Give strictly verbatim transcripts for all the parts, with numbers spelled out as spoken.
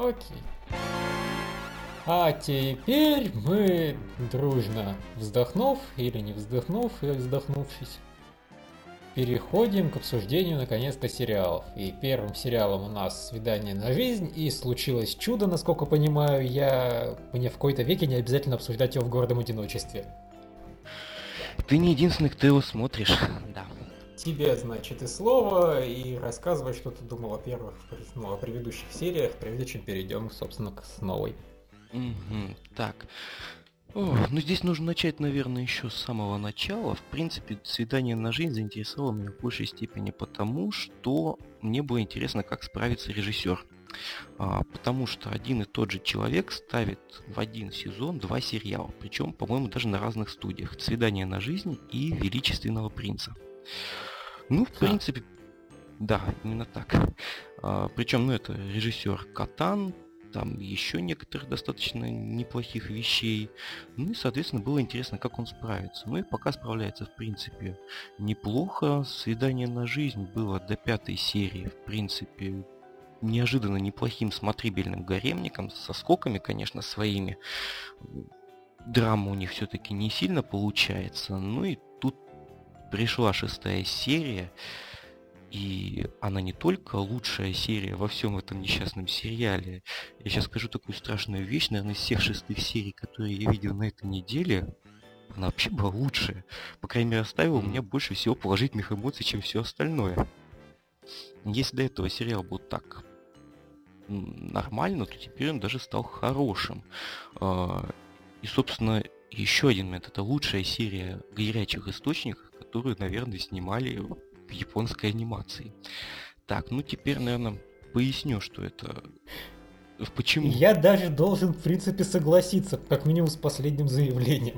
Окей. А теперь мы дружно, вздохнув или не вздохнув, или вздохнувшись, переходим к обсуждению наконец-то сериалов. И первым сериалом у нас «Свидание на жизнь», и случилось чудо, насколько понимаю, я мне в какой-то веке не обязательно обсуждать его в гордом одиночестве. Ты не единственный, кто его смотришь, да. Тебе, значит, и слово, и рассказывай, что ты думал о первых, ну, о предыдущих сериях, прежде чем перейдем, собственно, к с новой. Угу, так. О, ну здесь нужно начать, наверное, еще с самого начала. В принципе, «Свидание на жизнь» заинтересовало меня в большей степени потому, что мне было интересно, как справится режиссер. А, потому что один и тот же человек ставит в один сезон два сериала, причем, по-моему, даже на разных студиях. «Свидание на жизнь» и «Величественного принца». Ну, в принципе, да, именно так. А, причем, ну, это режиссер Катан, там еще некоторых достаточно неплохих вещей. Ну и, соответственно, было интересно, как он справится. Ну и пока справляется, в принципе, неплохо. «Свидание на жизнь» было до пятой серии, в принципе, неожиданно неплохим смотрибельным гаремником, со скоками, конечно, своими. Драма у них все-таки не сильно получается. Ну и тут пришла шестая серия. И она не только лучшая серия во всем этом несчастном сериале. Я сейчас скажу такую страшную вещь, наверное, из всех шестых серий, которые я видел на этой неделе, она вообще была лучшая. По крайней мере, оставила у меня больше всего положительных эмоций, чем все остальное. Если до этого сериал был так нормально, то теперь он даже стал хорошим. И, собственно, еще один момент. Это лучшая серия горячих источников, которую, наверное, снимали в японской анимации. Так, ну теперь, наверное, поясню, что это... Почему? Я даже должен, в принципе, согласиться, как минимум, с последним заявлением.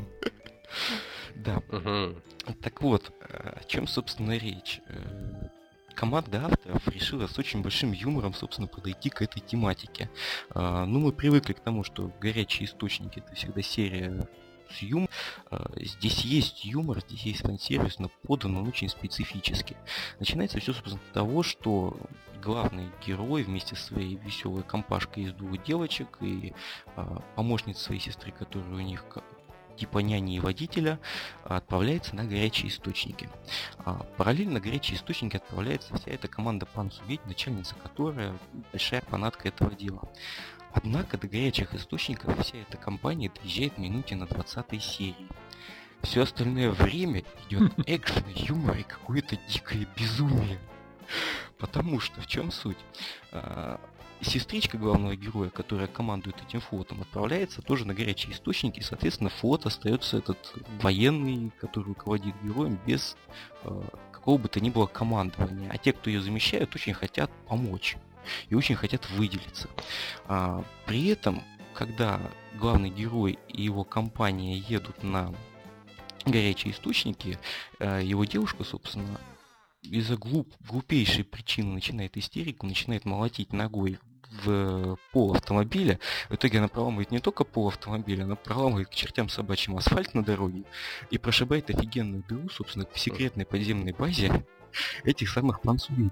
Да. Так вот, о чем, собственно, речь? Команда авторов решила с очень большим юмором, собственно, подойти к этой тематике. Ну, мы привыкли к тому, что «Горячие источники» — это всегда серия с юмором. Здесь есть юмор, здесь есть фан-сервис, но подан он очень специфически. Начинается все, собственно, с того, что главный герой вместе со своей веселой компашкой из двух девочек и а, помощниц своей сестры, которая у них типа няни и водителя, отправляется на горячие источники. А, параллельно на горячие источники отправляется вся эта команда Панцу-Ведь, начальница которая большая фанатка этого дела. Однако до горячих источников вся эта компания доезжает в минуте на двадцатой серии. Все остальное время идет экшен, юмор и какое-то дикое безумие. Потому что, в чем суть? А, сестричка главного героя, которая командует этим флотом, отправляется тоже на горячие источники, и, соответственно, флот остается этот военный, который руководит героем, без а, какого бы то ни было командования. А те, кто ее замещают, очень хотят помочь. И очень хотят выделиться. А, при этом, когда главный герой и его компания едут на горячие источники, а, его девушка, собственно, из-за глуп, глупейшей причины начинает истерику, начинает молотить ногой в пол автомобиля. В итоге она проламывает не только пол автомобиля, она проламывает к чертям собачьим асфальт на дороге и прошибает офигенную дыру, собственно, в секретной подземной базе этих самых Панцу-Ведьм.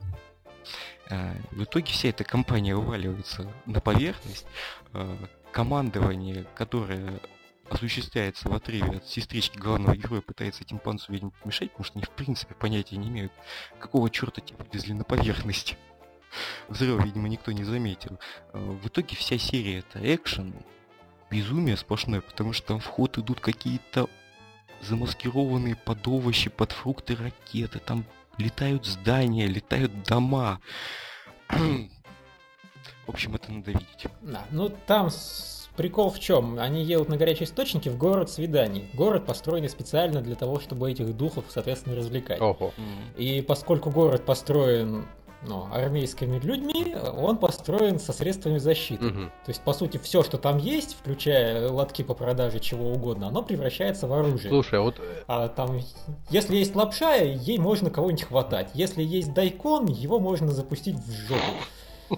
В итоге вся эта компания вываливается на поверхность. Командование, которое осуществляется в отрыве от сестрички главного героя, пытается этим Панцу-Ведьм помешать, потому что они в принципе понятия не имеют, какого черта тебя вывезли на поверхность. Взрыва, видимо, никто не заметил. В итоге вся серия — это экшен, безумие сплошное, потому что там в ход идут какие-то замаскированные под овощи, под фрукты ракеты, там летают здания, летают дома. В общем, это надо видеть. Да, ну там прикол в чем? Они едут на горячие источники в город свиданий. Город построенный специально для того, чтобы этих духов, соответственно, развлекать. Ого. И поскольку город построен, ну, армейскими людьми, он построен со средствами защиты. Угу. То есть, по сути, все, что там есть, включая лотки по продаже чего угодно, оно превращается в оружие. Слушай, а вот... А там, если есть лапша, ей можно кого-нибудь хватать. Если есть дайкон, его можно запустить в жопу.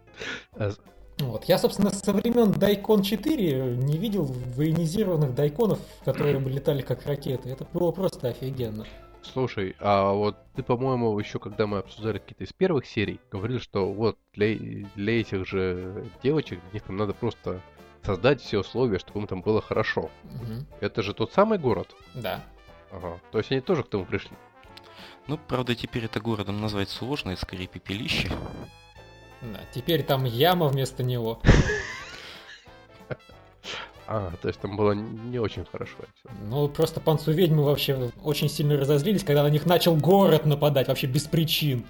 Вот. Я, собственно, со времен Дайкон четыре не видел военизированных дайконов, которые бы летали как ракеты. Это было просто офигенно. Слушай, а вот ты, по-моему, еще когда мы обсуждали какие-то из первых серий, говорил, что вот для, для этих же девочек, для них там надо просто создать все условия, чтобы им там было хорошо. Мгм. Это же тот самый город? Да. Ага. То есть они тоже к тому пришли? Ну, правда, теперь это городом назвать сложно, это скорее пепелище. Да. Теперь там яма вместо него. А, то есть там было не очень хорошо. всё. Ну, просто панцу ведьмы вообще очень сильно разозлились, когда на них начал город нападать, вообще без причин.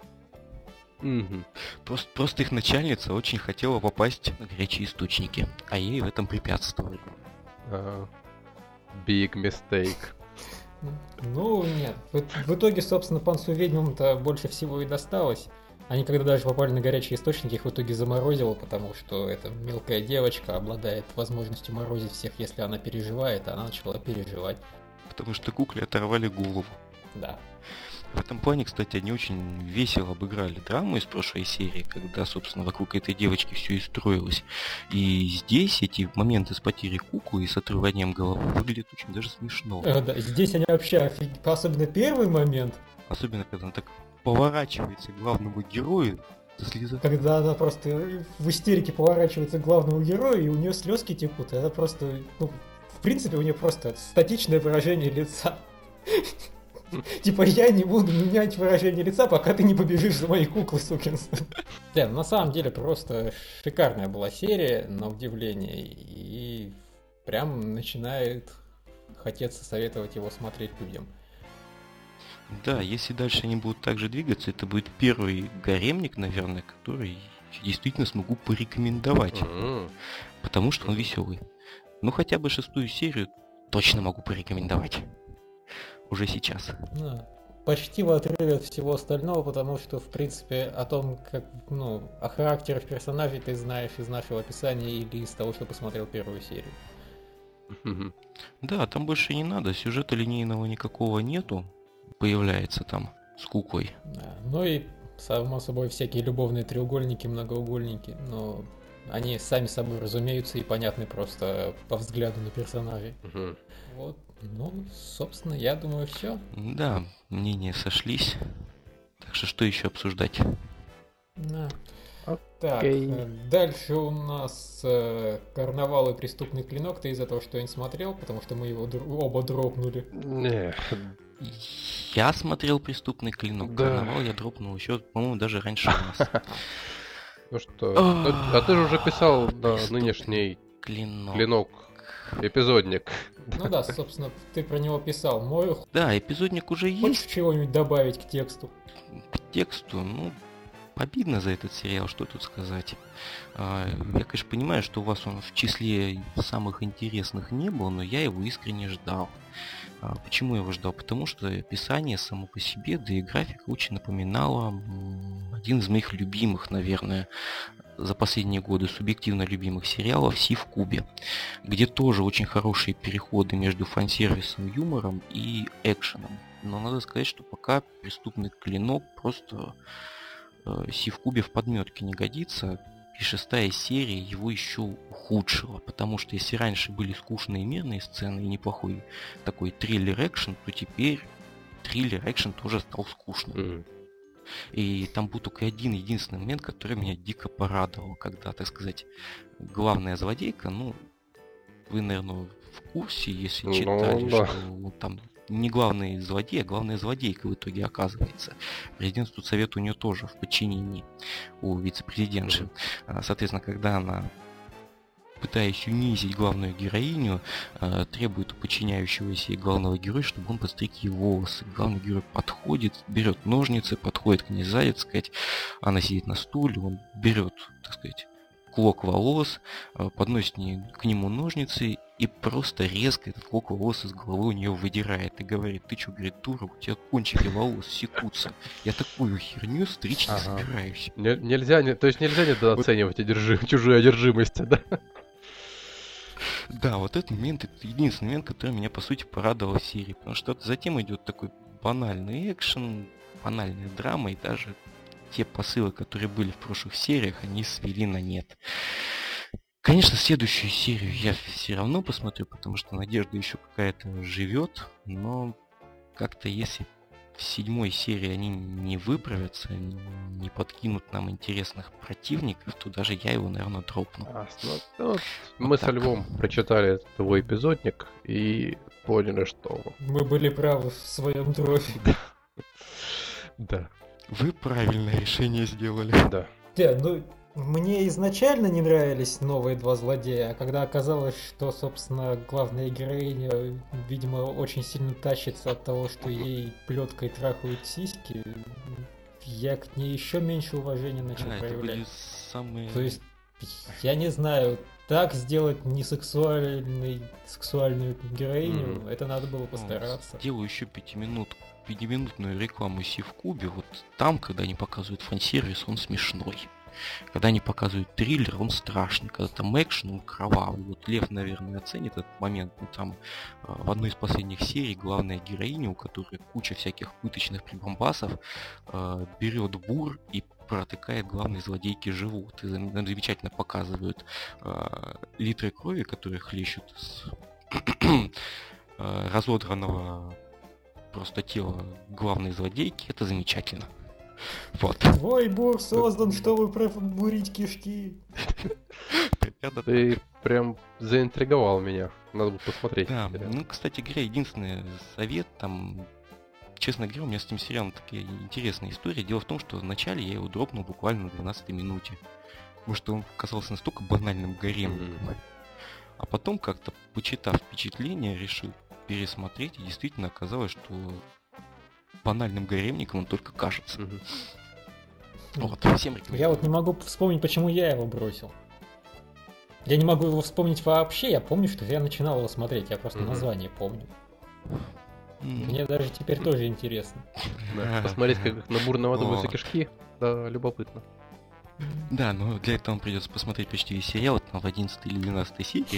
Мгм. Просто, просто их начальница очень хотела попасть на горячие источники, а ей в этом препятствовали. А, Big mistake. Ну, нет. В, в итоге, собственно, панцу ведьмам-то больше всего и досталось. Они когда даже попали на горячие источники, их в итоге заморозило, потому что эта мелкая девочка обладает возможностью морозить всех, если она переживает, а она начала переживать. Потому что кукле оторвали голову. Да. В этом плане, кстати, они очень весело обыграли драму из прошлой серии, когда, собственно, вокруг этой девочки все и строилось. И здесь эти моменты с потерей куклы и с отрыванием головы выглядят очень даже смешно. Э, да. Здесь они вообще, офиг- особенно первый момент, Особенно, когда она так поворачивается к главному герою, слеза. когда она просто в истерике поворачивается к главному герою, и у нее слезки текут, и она просто, ну, в принципе, у нее просто статичное выражение лица. Типа, я не буду менять выражение лица, пока ты не побежишь за моей куклой, сукин сын. Да, на самом деле просто шикарная была серия, на удивление, и прям начинает хотеться советовать его смотреть людям. Да, если дальше они будут так же двигаться, это будет первый гаремник, наверное, который действительно смогу порекомендовать, М. потому что он веселый. Ну, хотя бы шестую серию точно могу порекомендовать. Уже сейчас. Да. Почти в отрыве от всего остального, потому что, в принципе, о том, как, ну, о характерах персонажей ты знаешь из нашего описания или из того, что посмотрел первую серию. Мгм. Да, там больше не надо, сюжета линейного никакого нету. Появляется там с куклой. Да. Ну и, само собой, всякие любовные треугольники, многоугольники, но они сами собой разумеются и понятны просто по взгляду на персонажей. Мгм. Вот. Ну, собственно, я думаю, все. Да, мнения сошлись. Так что что еще обсуждать? Да. Так, Окей. э, дальше у нас э, «Карнавал» и «Преступный клинок». Ты из этого что-нибудь смотрел? Потому что мы его др- оба дропнули. Не, Я смотрел «Преступный клинок». Да. Карнавал я дропнул еще, по-моему, даже раньше вас. ну что, ну, а ты же уже писал на нынешний Клинок. клинок эпизодник. Ну да, собственно, ты про него писал. Мой, Да, эпизодник уже есть. хочешь чего-нибудь добавить к тексту? К тексту, ну, обидно за этот сериал, что тут сказать. А, Я, конечно, понимаю, что у вас он в числе самых интересных не был, но я его искренне ждал. А, Почему я его ждал? Потому что описание само по себе, да и графика очень напоминала м, один из моих любимых, наверное, за последние годы субъективно любимых сериалов «Си в кубе», где тоже очень хорошие переходы между фан-сервисом, юмором и экшеном. Но надо сказать, что пока «Преступный клинок» просто э, «Си в кубе» в подметке не годится, и шестая серия его еще ухудшила, потому что если раньше были скучные и мирные сцены и неплохой такой триллер-экшен, то теперь триллер-экшен тоже стал скучным. М. И там был только один единственный момент, который меня дико порадовал, когда, так сказать, главная злодейка, ну, вы, наверное, в курсе, если Ну, читали, да. что там не главный злодей, а главная злодейка в итоге оказывается. Президент студсовета у нее тоже в подчинении у вице-президентши. А, Соответственно, когда она, пытаясь унизить главную героиню, э, требует у подчиняющегося ей главного героя, чтобы он подстриг ей волосы. Главный герой подходит, берет ножницы, подходит к ней сзади, так сказать, она сидит на стуле, он берет, так сказать, клок волос, э, подносит не- к нему ножницы и просто резко этот клок волос из головы у нее выдирает и говорит: ты что, говорит, дура, у тебя кончики волос секутся. Я такую херню стричь не Ага. собираюсь. Не- нельзя, не- то есть нельзя недооценивать одержи- чужую одержимость, да? Да, вот этот момент, это единственный момент, который меня, по сути, порадовал в серии. Потому что затем идет такой банальный экшен, банальная драма, и даже те посылы, которые были в прошлых сериях, они свели на нет. Конечно, следующую серию я все равно посмотрю, потому что надежда еще какая-то живет, но как-то если в седьмой серии они не выправятся, не подкинут нам интересных противников, то даже я его, наверное, дропну. А, ну, ну, вот мы вот со Львом прочитали твой эпизодник и поняли, что... Мы были правы в своем дропе. Да. Вы правильное решение сделали. Да. Да, ну, мне изначально не нравились новые два злодея, а когда оказалось, что, собственно, главная героиня, видимо, очень сильно тащится от того, что ей плеткой трахают сиськи, я к ней еще меньше уважения начал Да, это проявлять. были самые... То есть, я не знаю, так сделать несексуальный, сексуальную героиню, Мгм. это надо было постараться. Сделаю еще пятиминут, пятиминутную рекламу Сивкубе. Вот там, когда они показывают фан-сервис, он смешной. Когда они показывают триллер, он страшный. Когда там экшен, он кровавый. Вот Лев, наверное, оценит этот момент. Ну, там э, в одной из последних серий главная героиня, у которой куча всяких пыточных прибамбасов, э, берет бур и протыкает главной злодейке живот. И зам- замечательно показывают э, литры крови, которые хлещут с э, разодранного просто тела главной злодейки. Это замечательно. Вот. Твой бур создан, чтобы пробурить кишки. Примерно так. Ты прям заинтриговал меня. Надо бы посмотреть. Да, сериал. ну, кстати говоря, единственный совет, там, честно говоря, у меня с этим сериалом такая интересная история. Дело в том, что вначале я его дропнул буквально на двенадцатой минуте. Потому что он казался настолько банальным гаремником. Мгм. А потом, как-то почитав впечатления, решил пересмотреть, и действительно оказалось, что банальным гаремником он только кажется. Мгм. Вот, всем рекомендую. Я вот не могу вспомнить, почему я его бросил. Я не могу его вспомнить вообще, я помню, что я начинал его смотреть, я просто Мгм. название помню. М, Мне даже теперь тоже интересно. Да, посмотреть, как на бурно надуваются Вот. кишки. Да, любопытно. Да, но для этого придется посмотреть почти весь сериал, там в одиннадцатой или двенадцатой серии.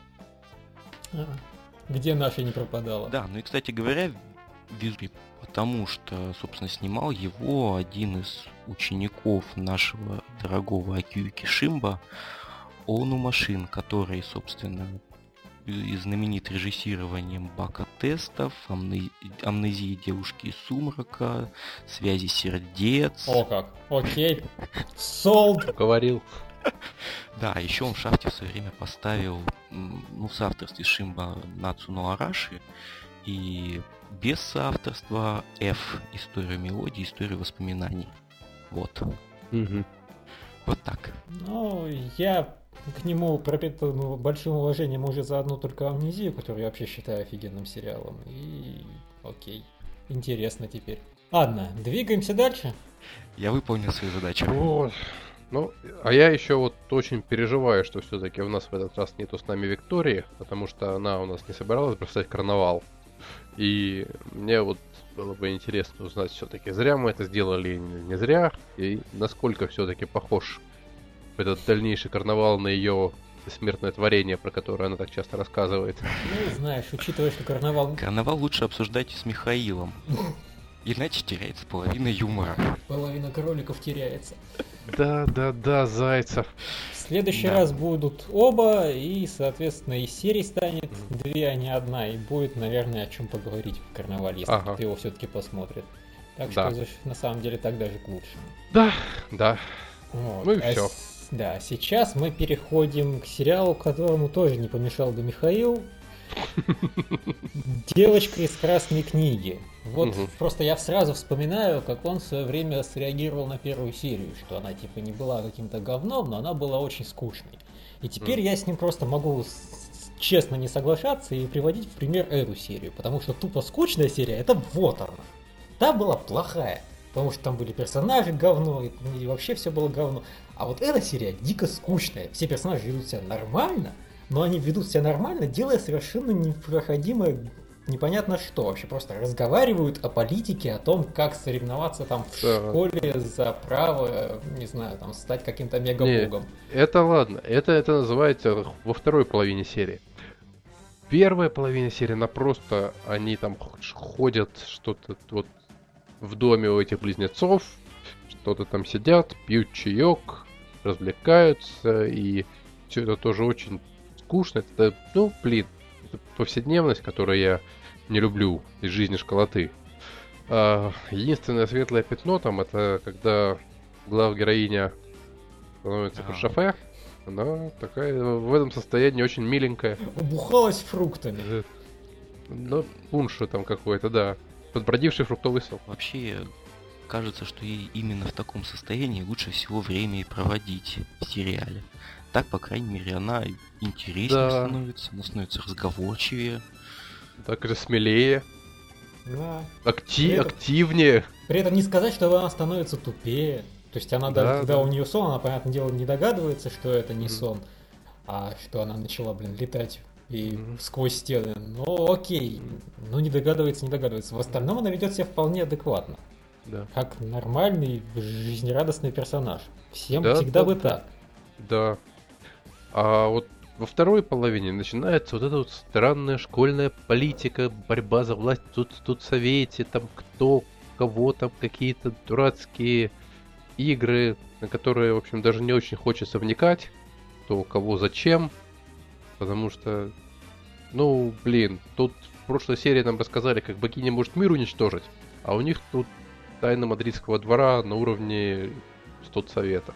А, Где наша не пропадала? Да, ну и, кстати говоря, вижу, потому что, собственно, снимал его один из учеников нашего дорогого Акио Кишимба, Ону Машин, который, собственно, и знаменит режиссированием Бака-тестов, амне- амнезии девушки из сумрака, связи сердец. О как, окей. Солд! Говорил. Да, еще он в шахте в свое время поставил, м, ну, в соавторстве Шимба Нацуно Араши и без соавторства F, историю мелодии, историю воспоминаний. Вот. Мгм. Вот так. Ну, я к нему пропитан ну, большим уважением уже за одну только амнезию, которую я вообще считаю офигенным сериалом. И окей. Интересно теперь. Ладно, двигаемся дальше. Я выполнил свою задачу. Вот. Ну, а я еще вот очень переживаю, что все-таки у нас в этот раз нету с нами Виктории, потому что она у нас не собиралась бросать карнавал. И мне вот было бы интересно узнать все-таки, зря мы это сделали или не зря, и насколько все-таки похож этот дальнейший карнавал на ее бессмертное творение, про которое она так часто рассказывает. Ну, знаешь, учитывая, что карнавал Карнавал лучше обсуждать с Михаилом. Иначе теряется половина юмора. половина кроликов теряется. Да, да, да, Зайцев. В следующий Да. раз будут оба, и, соответственно, и серий станет две, а не одна. И будет, наверное, о чем поговорить в карнавале, если Ага. кто-то его все-таки посмотрит. Так Да. что, на самом деле, так даже к лучшему. Да, да. Вот. Ну и А всё. с- Да, сейчас мы переходим к сериалу, которому тоже не помешал бы Михаил. Девочка из красной книги. Вот Мгм. просто я сразу вспоминаю, как он в свое время среагировал на первую серию, что она типа не была каким-то говном, но она была очень скучной. И теперь Мгм. я с ним просто могу с- с- честно не соглашаться и приводить в пример эту серию, потому что тупо скучная серия это вот она. Та была плохая, потому что там были персонажи говно, и, и вообще все было говно. А вот эта серия дико скучная. Все персонажи ведут себя нормально, но они ведут себя нормально, делая совершенно непроходимое непонятно что. Вообще просто разговаривают о политике, о том, как соревноваться там в Да. школе за право, не знаю, там стать каким-то мегабогом. Это ладно, это, это называется во второй половине серии. Первая половина серии, она просто, они там х- ходят, что-то вот в доме у этих близнецов, что-то там сидят, пьют чаек, развлекаются, и все это тоже очень скучно. Это, ну, блин, это повседневность, которую я не люблю из жизни школоты. А, единственное светлое пятно там, это когда главгероиня становится под шофе. Она такая в этом состоянии очень миленькая. Убухалась фруктами. Ну, пунш там какой-то, да. Подбродивший фруктовый сок. Вообще, кажется, что ей именно в таком состоянии лучше всего время и проводить в сериале. Так, по крайней мере, она интереснее Да. становится, она становится разговорчивее. Так же смелее, Да. акти- При этом- активнее. При этом не сказать, что она становится тупее. То есть она Да, даже, когда да. у нее сон, она, понятное дело, не догадывается, что это не Мгм. сон, а что она начала, блин, летать и Мгм. сквозь стены. Ну, окей. Ну, не догадывается, не догадывается. В остальном она ведет себя вполне адекватно. Да. Как нормальный, жизнерадостный персонаж. Всем Да, всегда да, бы да. так. Да. А вот во второй половине начинается вот эта вот странная школьная политика, борьба за власть тут тут в совете, там кто, кого там, какие-то дурацкие игры, на которые, в общем, даже не очень хочется вникать, кто кого зачем, потому что, ну, блин, тут в прошлой серии нам рассказали, как богиня может мир уничтожить, а у них тут тайна мадридского двора на уровне студсовета.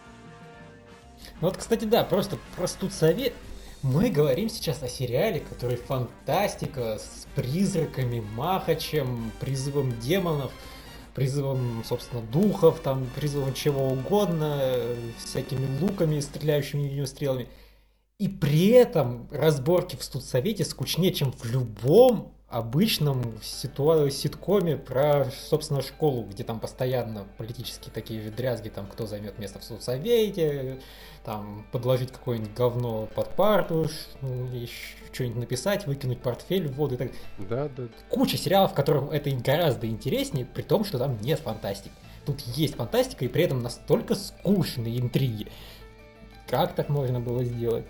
Ну вот, кстати, да, просто просто тут совет. Мы говорим сейчас о сериале, который фантастика с призраками, махачем, призывом демонов, призывом, собственно, духов, там, призывом чего угодно, э, всякими луками, стреляющими стрелами. И при этом разборки в студсовете скучнее, чем в любом обычном ситуа- ситкоме про, собственно, школу, где там постоянно политические такие дрязги, там, кто займет место в студсовете, там, подложить какое-нибудь говно под парту, что-нибудь написать, выкинуть портфель в воду и так. Да, да. Куча сериалов, в которых это гораздо интереснее, при том, что там нет фантастики. Тут есть фантастика, и при этом настолько скучные интриги. Как так можно было сделать?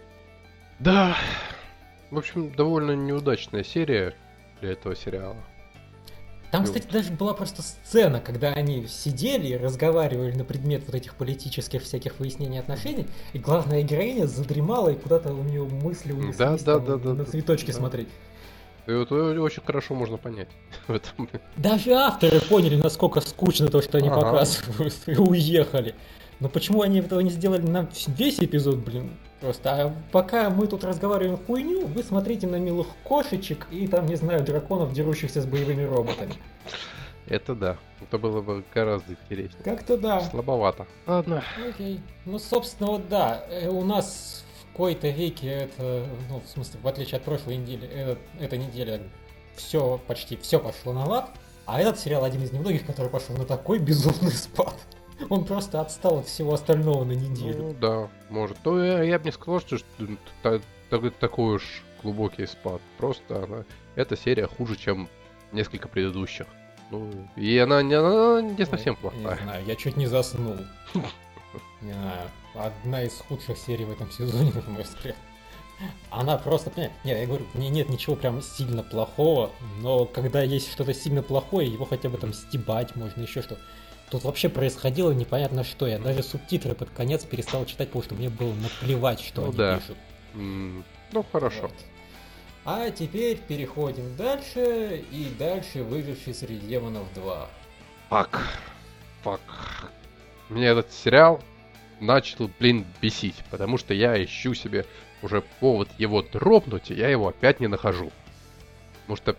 Да. В общем, довольно неудачная серия для этого сериала. Там, Ну. кстати, даже была просто сцена, когда они сидели и разговаривали на предмет вот этих политических всяких выяснений отношений, и главная героиня задремала, и куда-то у нее мысли унеслись Да, да, там, да, да, на да, цветочки да. смотреть. И вот о- очень хорошо можно понять в этом. Даже авторы поняли, насколько скучно то, что они Ага. показывают, и уехали. Но почему они этого не сделали на весь эпизод, блин? Просто, а пока мы тут разговариваем хуйню, вы смотрите на милых кошечек и там, не знаю, драконов, дерущихся с боевыми роботами. Это да. Это было бы гораздо интереснее. Как-то да. Слабовато. Ладно. Окей. Ну, собственно, вот да, э, у нас в какой-то веке это, ну, в смысле, в отличие от прошлой недели, э, эта неделя все, почти все пошло на лад, а этот сериал один из немногих, который пошел на такой безумный спад. Он просто отстал от всего остального на неделю. Ну да, может. То я, я бы не сказал, что что та- та- такой уж глубокий спад. Просто она, эта серия хуже, чем несколько предыдущих. Ну, и она не, она не совсем Ой, плохая. Не знаю, я чуть не заснул. Не знаю, одна из худших серий в этом сезоне, на мой взгляд. Она просто, понимаете, нет, я говорю, в ней нет ничего прям сильно плохого, но когда есть что-то сильно плохое, его хотя бы там стебать можно, еще что. Тут вообще происходило непонятно что. Я даже субтитры под конец перестал читать, потому что мне было наплевать, что Ну они да. пишут. М, Ну, хорошо. Вот. А теперь переходим дальше, и дальше «Выживший среди демонов два». Фак. Фак. Меня этот сериал начал, блин, бесить, потому что я ищу себе уже повод его дропнуть, и я его опять не нахожу. Потому что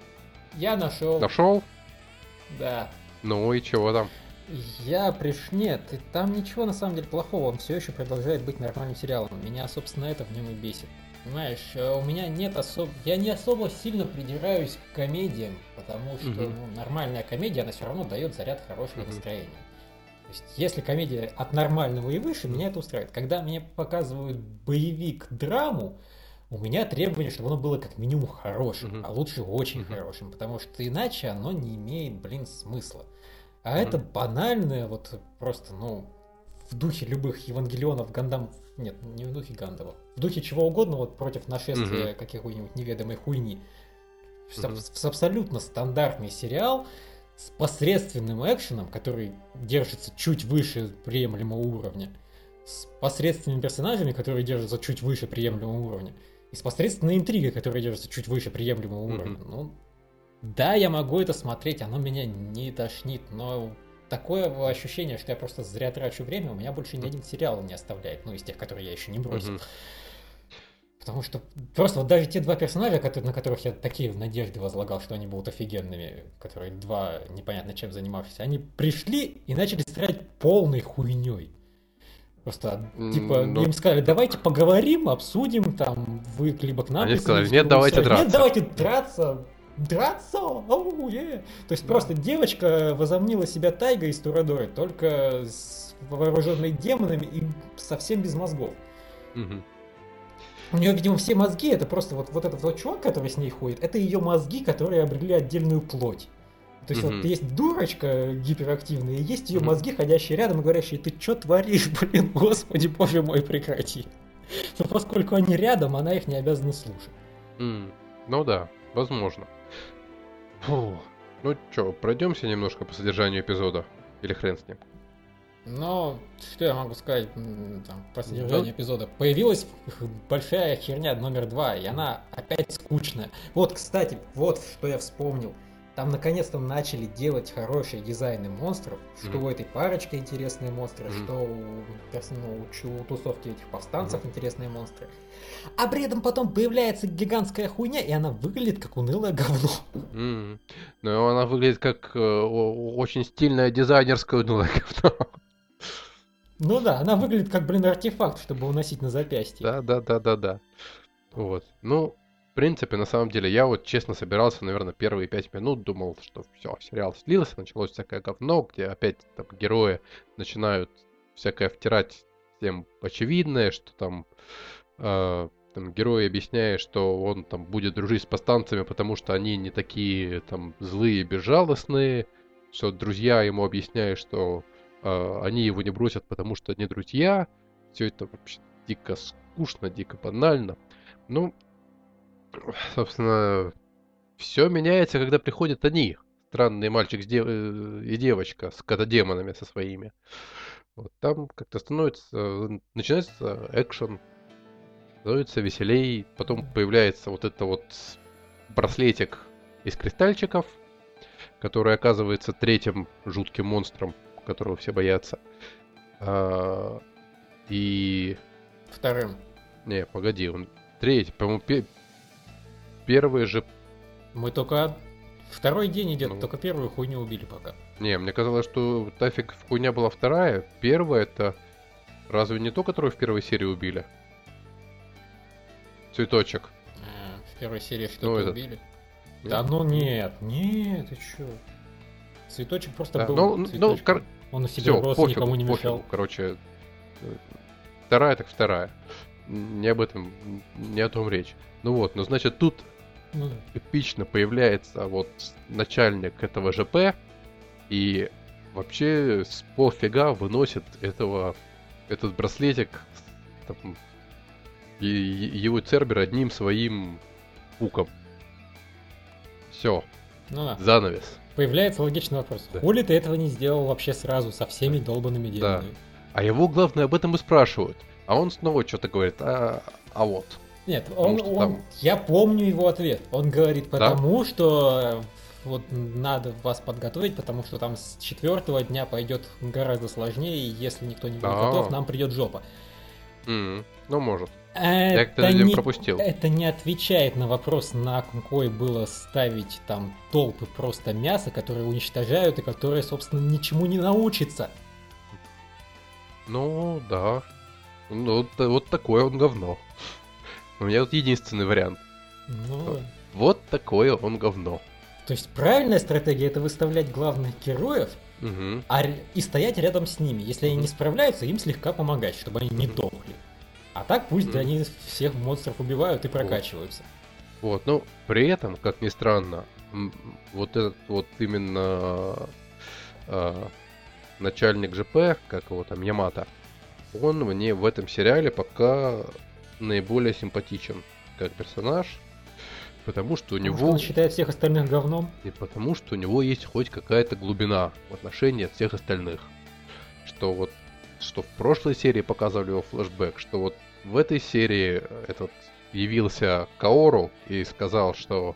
Я нашел. нашел, Да. ну и чего там? Я приш... Нет, и там ничего на самом деле плохого, он все еще продолжает быть нормальным сериалом. Меня, собственно, это в нем и бесит. Понимаешь, э, у меня нет особо... Я не особо сильно придираюсь к комедиям, потому что Мгм. ну, нормальная комедия, она все равно дает заряд хорошего Мгм. настроения. То есть, если комедия от нормального и выше, меня это устраивает. Когда мне показывают боевик-драму, у меня требование, чтобы оно было как минимум хорошим, Мгм. а лучше очень Мгм. хорошим, потому что иначе оно не имеет, блин, смысла. А Мгм. это банальное, вот просто, ну, в духе любых Евангелионов, Гандам... Нет, не в духе Гандамов. В духе чего угодно, вот против нашествия Мгм. какой-нибудь неведомой хуйни. С, Мгм. с абсолютно стандартный сериал с посредственным экшеном, который держится чуть выше приемлемого уровня, с посредственными персонажами, которые держатся чуть выше приемлемого уровня, и с посредственной интригой, которая держится чуть выше приемлемого Мгм. уровня. Ну, Да, я могу это смотреть, оно меня не тошнит, но такое ощущение, что я просто зря трачу время, у меня больше ни один сериал не оставляет, ну, из тех, которые я еще не бросил. Мгм. Потому что просто вот даже те два персонажа, которые- на которых я такие надежды возлагал, что они будут офигенными, которые два непонятно чем занимавшиеся, они пришли и начали страдать полной хуйней. Просто, М, типа, ну- им сказали, давайте поговорим, обсудим, там, вы либо к нам Они сказали, присоединитесь, «Нет, либо давайте всё». драться. Нет, давайте драться. Драться? Оу, е. То есть просто девочка возомнила себя Тайгой из Турадоры, только с вооруженной демонами и совсем без мозгов. Мгм. У нее, видимо, все мозги, это просто вот, вот этот вот чувак, который с ней ходит, это ее мозги, которые обрели отдельную плоть. То есть Мгм. вот есть дурочка гиперактивная, и есть ее Мгм. мозги, ходящие рядом и говорящие, ты что творишь, блин, господи, боже мой, прекрати. Но поскольку они рядом, она их не обязана слушать. М, Ну да, возможно. Фу. Ну чё, пройдемся немножко по содержанию эпизода? Или хрен с ним? Но что я могу сказать м, там, про содержание Да. эпизода? Появилась большая херня номер два, и она опять скучная. Вот, кстати, вот что я вспомнил. Там наконец-то начали делать хорошие дизайны монстров, что Мгм. у этой парочки интересные монстры, Мгм. что у, перс- ну, у чу- у тусовки этих повстанцев Мгм. интересные монстры. А при этом потом появляется гигантская хуйня, и она выглядит как унылое говно. М. Ну, она выглядит как э, о- очень стильная дизайнерская унылая говно. Ну да, она выглядит как, блин, артефакт, чтобы уносить на запястье. Да, да, да, да, да. Вот. Ну, в принципе, на самом деле, я вот честно собирался, наверное, первые пять минут, думал, что все, сериал слился, началось всякое говно, где опять там герои начинают всякое втирать всем очевидное, что там, э, там герой объясняет, что он там будет дружить с повстанцами, потому что они не такие там злые, безжалостные, что друзья ему объясняют, что э, они его не бросят, потому что не друзья. Все это вообще дико скучно, дико банально. Ну, собственно, все меняется, когда приходят они. Странный мальчик с дев- э, и девочка с катадемонами со своими. Вот там как-то становится... э, Начинается экшен, становится веселей. Потом появляется вот это вот браслетик из кристальчиков, который оказывается третьим жутким монстром, которого все боятся. А, и... Вторым. Не, погоди, он третий, по-моему, пе- первый же... Мы только... Второй день идет, Ну. только первую хуйню убили пока. Не, мне казалось, что тафиг хуйня была вторая. Первая это... Разве не то, которую в первой серии убили? Цветочек. А, в первой серии Ну, что-то этот. убили. Нет? Да ну нет, нет, ты чё? Цветочек просто Да, был ну, ну, цветочком. кор- Он у себя Все, рос, пофигу, никому не пофигу. мешал. Короче, э, вторая так вторая. Не об этом, не о том речь. Ну вот, ну значит тут Ну, эпично появляется вот начальник этого ЖП и вообще с полфига выносит этого, этот браслетик, там, и, и- его Цербер одним своим пуком. Все, ну да. занавес. Появляется логичный вопрос. Да. Хули ты этого не сделал вообще сразу со всеми долбанными демонами? А его, главное, об этом и спрашивают. А он снова что-то говорит, а, а вот. Нет, он, что он- там- я помню его ответ. Он говорит, Да? потому что э, вот надо вас подготовить, потому что там с четвертого дня пойдет гораздо сложнее, и если никто не будет А. готов, нам придет жопа. М, ну, может. Это как-то, видимо, не, пропустил. это не отвечает на вопрос, на какой было ставить там толпы просто мяса, которые уничтожают и которые, собственно, ничему не научатся. Ну, да. Ну, вот, вот такое он говно. У меня вот единственный вариант. Ну, Вот такое он говно. то есть правильная стратегия это выставлять главных героев Мгм. а, р- и стоять рядом с ними. Если они Мгм. не справляются, им слегка помогать, чтобы они не дохли. А так пусть Мгм. они всех монстров убивают и прокачиваются. Вот, ну, при этом, как ни странно, м, вот этот вот именно а, начальник ЖП, как его там, Ямато, он мне в этом сериале пока наиболее симпатичен как персонаж, потому что у Потому него... что он считает всех остальных говном. И потому что у него есть хоть какая-то глубина в отношении от всех остальных. Что вот, что в прошлой серии показывали его флешбэк, что вот в этой серии этот явился Каору и сказал, что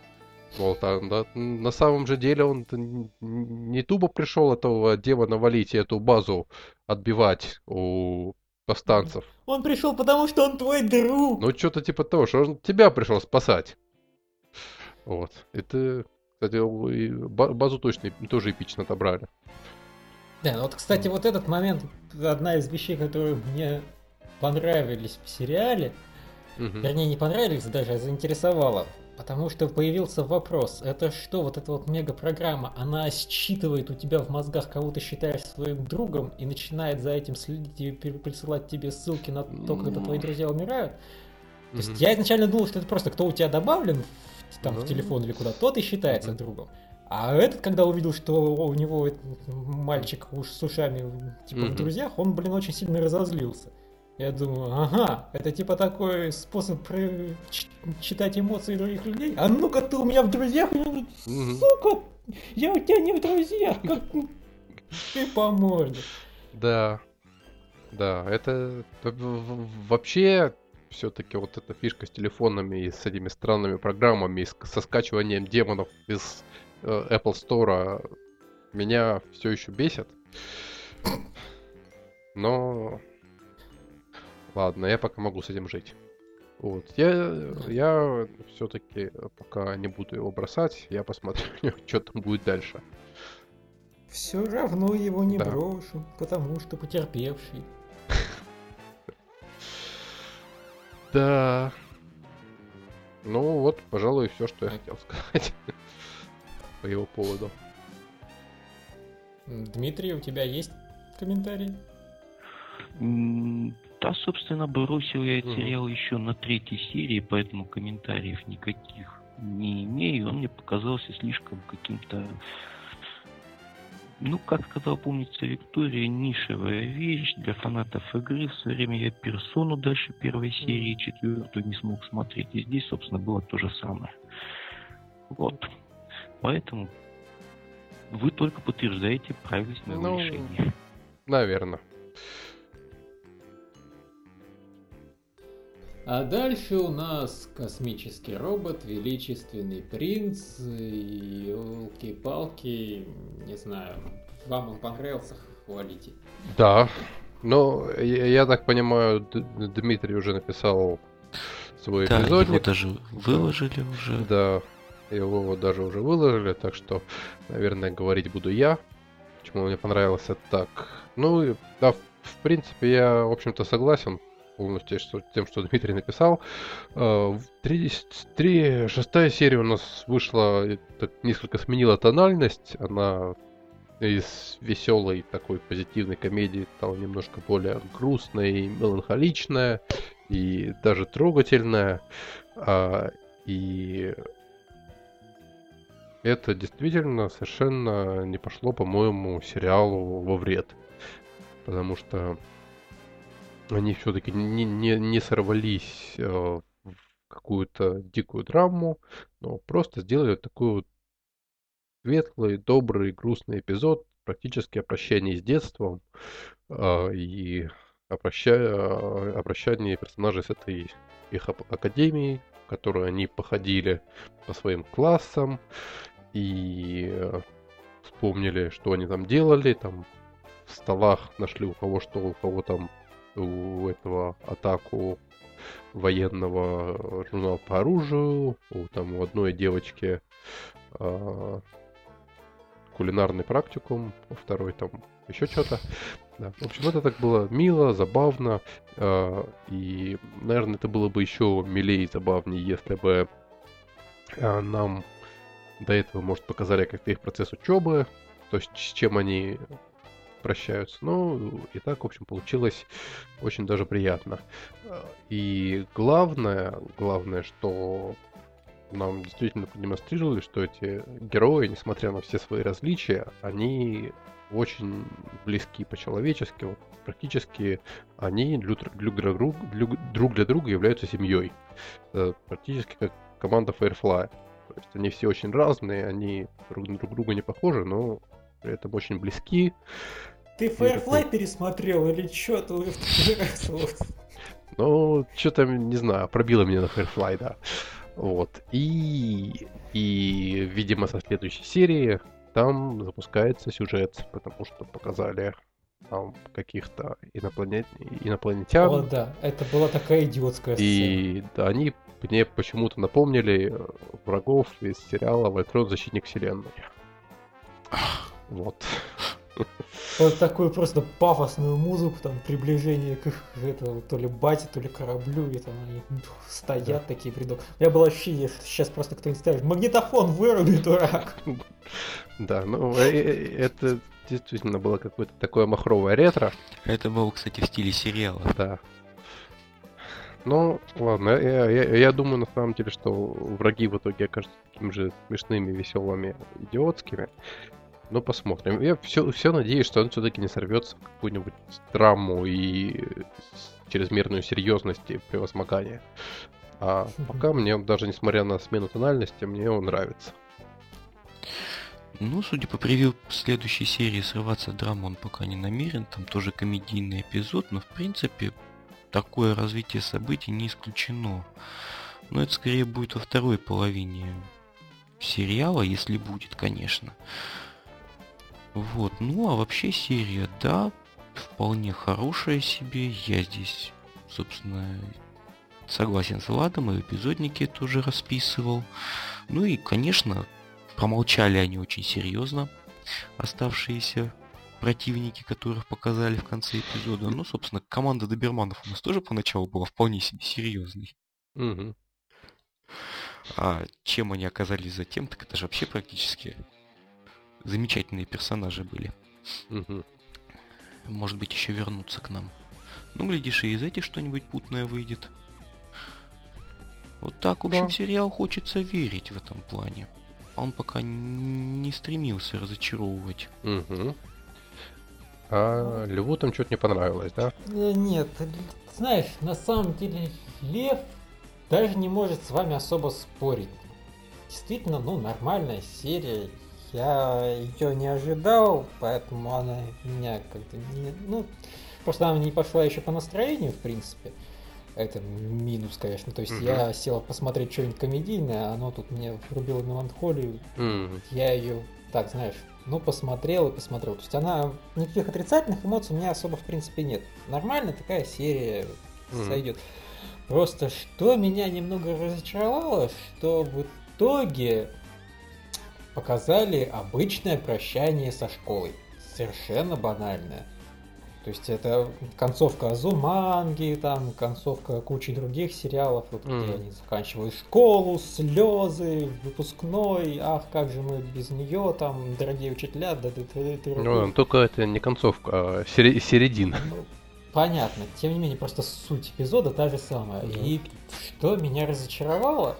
Вот, а на, на самом же деле он не тупо пришел этого демона валить и эту базу отбивать у повстанцев. Он пришел потому, что он твой друг. Ну, что-то типа того, что он тебя пришел спасать. Вот. Это, кстати, базу точно тоже эпично отобрали. Да, ну вот, кстати, вот этот момент, одна из вещей, которые мне понравились в сериале, угу. Вернее, не понравились даже, а заинтересовало. Потому что появился вопрос, это что, вот эта вот мегапрограмма, она считывает у тебя в мозгах, кого ты считаешь своим другом, и начинает за этим следить и присылать тебе ссылки на то, когда твои друзья умирают? Mm-hmm. То есть я изначально думал, что это просто кто у тебя добавлен в, там, mm-hmm. в телефон или куда, тот и считается mm-hmm. другом. А этот, когда увидел, что у него мальчик уж с ушами типа mm-hmm. в друзьях, он, блин, очень сильно разозлился. Я думаю, ага, это типа такой способ про- ч- читать эмоции других людей. А ну-ка ты у меня в друзьях, mm-hmm. сука, я у тебя не в друзьях, как ты по морде. Да, да, это вообще все-таки вот эта фишка с телефонами и с этими странными программами, и со скачиванием демонов из э, Apple Store меня все еще бесит. Но... Ладно, я пока могу с этим жить. Вот. Я, я все-таки пока не буду его бросать, я посмотрю, что там будет дальше. Все равно его не да. брошу, потому что потерпевший. Да. Ну вот, пожалуй, все, что я хотел сказать по его поводу. Дмитрий, у тебя есть комментарий? Да, собственно, бросил я этот сериал еще на третьей серии, поэтому комментариев никаких не имею. Он мне показался слишком каким-то, ну, как сказал, помнится, Виктория, нишевая вещь для фанатов игры. В свое время я Персону дальше первой серии, четвертую не смог смотреть. И здесь, собственно, было то же самое. Вот. Поэтому вы только подтверждаете правильность моего ну, решения. Наверное. А дальше у нас космический робот, величественный принц, и елки-палки, не знаю, вам он понравился, хвалите. Да, но я, я так понимаю, Д- Дмитрий уже написал свой да, эпизодик. Да, его даже выложили да. уже. Да, его даже уже выложили, так что, наверное, говорить буду я, почему мне понравился так. Ну, да, в, в принципе, я, в общем-то, согласен полностью с тем, что Дмитрий написал. Три, три, шестая серия у нас вышла, так, несколько сменила тональность. Она из веселой такой позитивной комедии стала немножко более грустной, меланхоличная и даже трогательная. И это действительно совершенно не пошло, по-моему, сериалу во вред. Потому что они все-таки не, не, не сорвались э, в какую-то дикую драму, но просто сделали такой вот светлый, добрый, грустный эпизод, практически о прощании с детством э, и о, проща... о прощании персонажей с этой их академией, в которую они походили по своим классам и э, вспомнили, что они там делали, там в столах нашли у кого что, у кого там у этого атаку военного журнала по оружию, у там у одной девочки э, кулинарный практикум, у второй там еще что-то. Да. В общем, это так было мило, забавно, э, и, наверное, это было бы еще милее и забавнее, если бы э, нам до этого, может, показали как-то их процесс учебы, то есть с чем они прощаются. Ну, и так, в общем, получилось очень даже приятно. И главное, главное, что нам действительно продемонстрировали, что эти герои, несмотря на все свои различия, они очень близки по-человечески. Вот, практически они друг для, друга, друг для друга являются семьей. Это практически как команда Firefly. То есть они все очень разные, они друг на друг друга не похожи, но при этом очень близки. Ты Firefly это... пересмотрел или что? Ты Ну, что-то, не знаю, пробило меня на Firefly, да. Вот. И, и, видимо, со следующей серии там запускается сюжет, потому что показали там каких-то инопланет... инопланетян. О, да, это была такая идиотская сцена. И да, они мне почему-то напомнили врагов из сериала «Вольтрон. Защитник вселенной». Вот. Вот такую просто пафосную музыку, там, приближение к их, это, то ли бате, то ли кораблю, и там они стоят, да. Такие бредок. У меня было ощущение, что сейчас просто кто-нибудь скажет: магнитофон выруби, дурак! Да, ну это действительно было какое-то такое махровое ретро. Это было, кстати, в стиле сериала. Да. Ну, ладно, я, я, я думаю, на самом деле, что враги в итоге окажутся такими же смешными, веселыми, идиотскими. Ну, посмотрим. Я все, все надеюсь, что он все-таки не сорвется в какую-нибудь драму и чрезмерную серьезность и превозмогание. А пока мне, даже несмотря на смену тональности, мне он нравится. Ну, судя по превью следующей серии, срываться в драму он пока не намерен. Там тоже комедийный эпизод, но в принципе такое развитие событий не исключено. Но это скорее будет во второй половине сериала, если будет, конечно. Вот, ну а вообще серия, да, вполне хорошая себе. Я здесь, собственно, согласен с Владом, и в эпизоднике тоже расписывал. Ну и, конечно, промолчали они очень серьезно, оставшиеся противники, которых показали в конце эпизода. Ну, собственно, команда доберманов у нас тоже поначалу была вполне себе серьезной. Угу. А чем они оказались затем, так это же вообще практически замечательные персонажи были. Угу. Может быть, еще вернутся к нам. Ну, глядишь, и из этих что-нибудь путное выйдет. Вот так, в общем, да. Сериал хочется верить в этом плане. Он пока не стремился разочаровывать. Угу. А Льву там что-то не понравилось, да? Нет, знаешь, на самом деле Лев даже не может с вами особо спорить. Действительно, ну, нормальная серия. Я ее не ожидал, поэтому она меня как-то не... Ну, просто она не пошла еще по настроению, в принципе. Это минус, конечно. То есть mm-hmm. я сел посмотреть что-нибудь комедийное, а оно тут мне врубило меланхолию. Mm-hmm. Я ее, так, знаешь, ну, посмотрел и посмотрел. То есть она... Никаких отрицательных эмоций у меня особо, в принципе, нет. Нормальная такая серия mm-hmm. сойдет. Просто что меня немного разочаровало, что в итоге показали обычное прощание со школой. Совершенно банальное. То есть это концовка Азуманги, там концовка кучи других сериалов, вот, mm. где они заканчивают школу, слезы, выпускной, ах, как же мы без нее, там, дорогие учителя, да, да, да, да. Ну, только это не концовка, а середина. Ну, понятно, тем не менее, просто суть эпизода та же самая. Mm. И что меня разочаровало,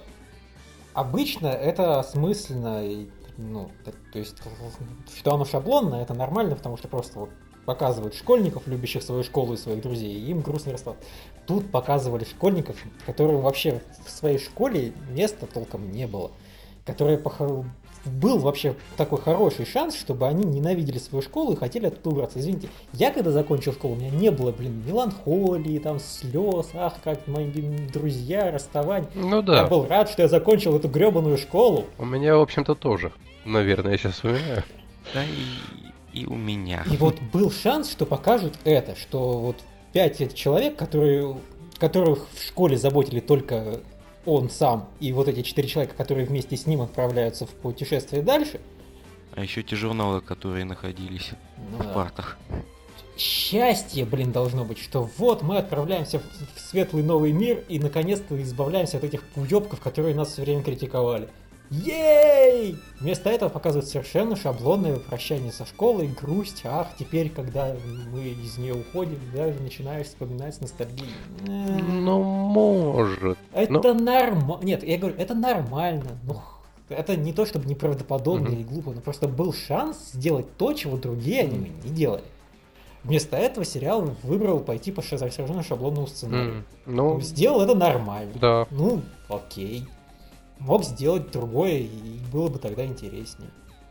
обычно это осмысленно, ну, то есть, что оно шаблонно, это нормально, потому что просто вот показывают школьников, любящих свою школу и своих друзей, и им грустный расклад. Тут показывали школьников, которым вообще в своей школе места толком не было. Которые пох... был вообще такой хороший шанс, чтобы они ненавидели свою школу и хотели оттуда убраться. Извините, я когда закончил школу, у меня не было, блин, меланхолии, там, слез, ах, как мои друзья, расставания. Ну да. Я был рад, что я закончил эту гребаную школу. У меня, в общем-то, тоже. Наверное, я сейчас вспоминаю. Да и... и у меня. И вот был шанс, что покажут это, что вот пять человек, которые, которых в школе заботили только он сам, и вот эти четыре человека, которые вместе с ним отправляются в путешествие дальше. А еще те журналы, которые находились ну, в партах. Счастье, блин, должно быть, что вот мы отправляемся в светлый новый мир и наконец-то избавляемся от этих уёбков, которые нас все время критиковали. Ей! Вместо этого показывают совершенно шаблонное прощание со школой, грусть, ах, теперь, когда мы из нее уходим, даже начинаешь вспоминать с ностальгией. Ну, может. Это но... нормально. Нет, я говорю, это нормально. Ну, это не то, чтобы неправдоподобно или глупо, но просто был шанс сделать то, чего другие аниме не делали. Вместо этого сериал выбрал пойти по совершенно шаблонному сценарию. Mm, ну... Сделал это нормально. Да. Ну, окей. Мог сделать другое, и было бы тогда интереснее.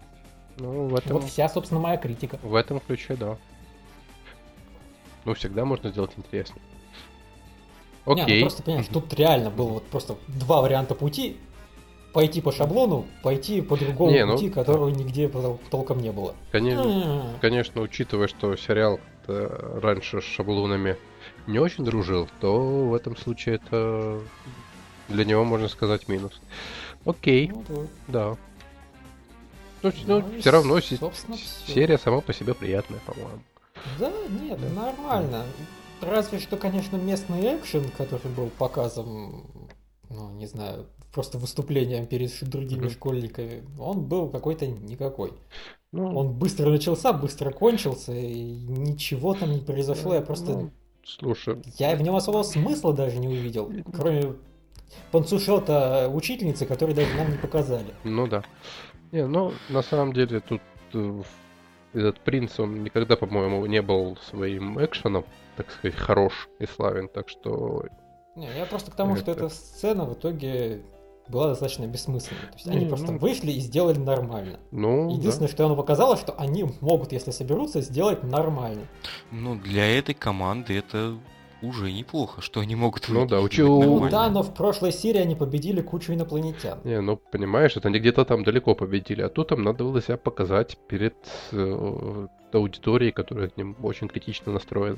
Ну, в этом... Вот вся, собственно, моя критика. В этом ключе, да. Ну, всегда можно сделать интереснее. Окей. Не, ну просто, понимаешь, тут реально было вот просто два варианта пути. Пойти по шаблону, пойти по другому Не, ну, пути, которого нигде тол- толком не было. Конечно, М. конечно, учитывая, что сериал раньше с шаблонами не очень дружил, то в этом случае это для него, можно сказать, минус. Окей, Ну, вот. да. Ну, Ну, ну и, все равно се- собственно, всё. серия сама по себе приятная, по-моему. Да, нет, Да. нормально. Разве что, конечно, местный экшен, который был показан, ну, не знаю, просто выступлением перед ш- другими Мгм. школьниками, он был какой-то никакой. Ну, Он быстро начался, быстро кончился, и ничего там не произошло. Я просто... ну, слушай, Я в нем особого смысла даже не увидел, кроме панцушета учительницы, который даже нам не показали. ну да. Не, ну, на самом деле, тут э, этот принц, он никогда, по-моему, не был своим экшеном, так сказать, хорош и славен, так что... Не, я просто к тому, что Это- эта сцена в итоге была достаточно бессмысленной. То есть они Не, просто ну- вышли и сделали нормально. Ну, Единственное, что оно показало, что они могут, если соберутся, сделать нормально. Ну, для этой команды это уже неплохо, что они могут Ну выйти да, и учи- сделать Ну, Ну нормально. да, но в прошлой серии они победили кучу инопланетян. да. Не, ну, понимаешь, это они где-то там далеко победили, а тут им надо было себя показать перед э, аудиторией, которая к ним очень критично настроена.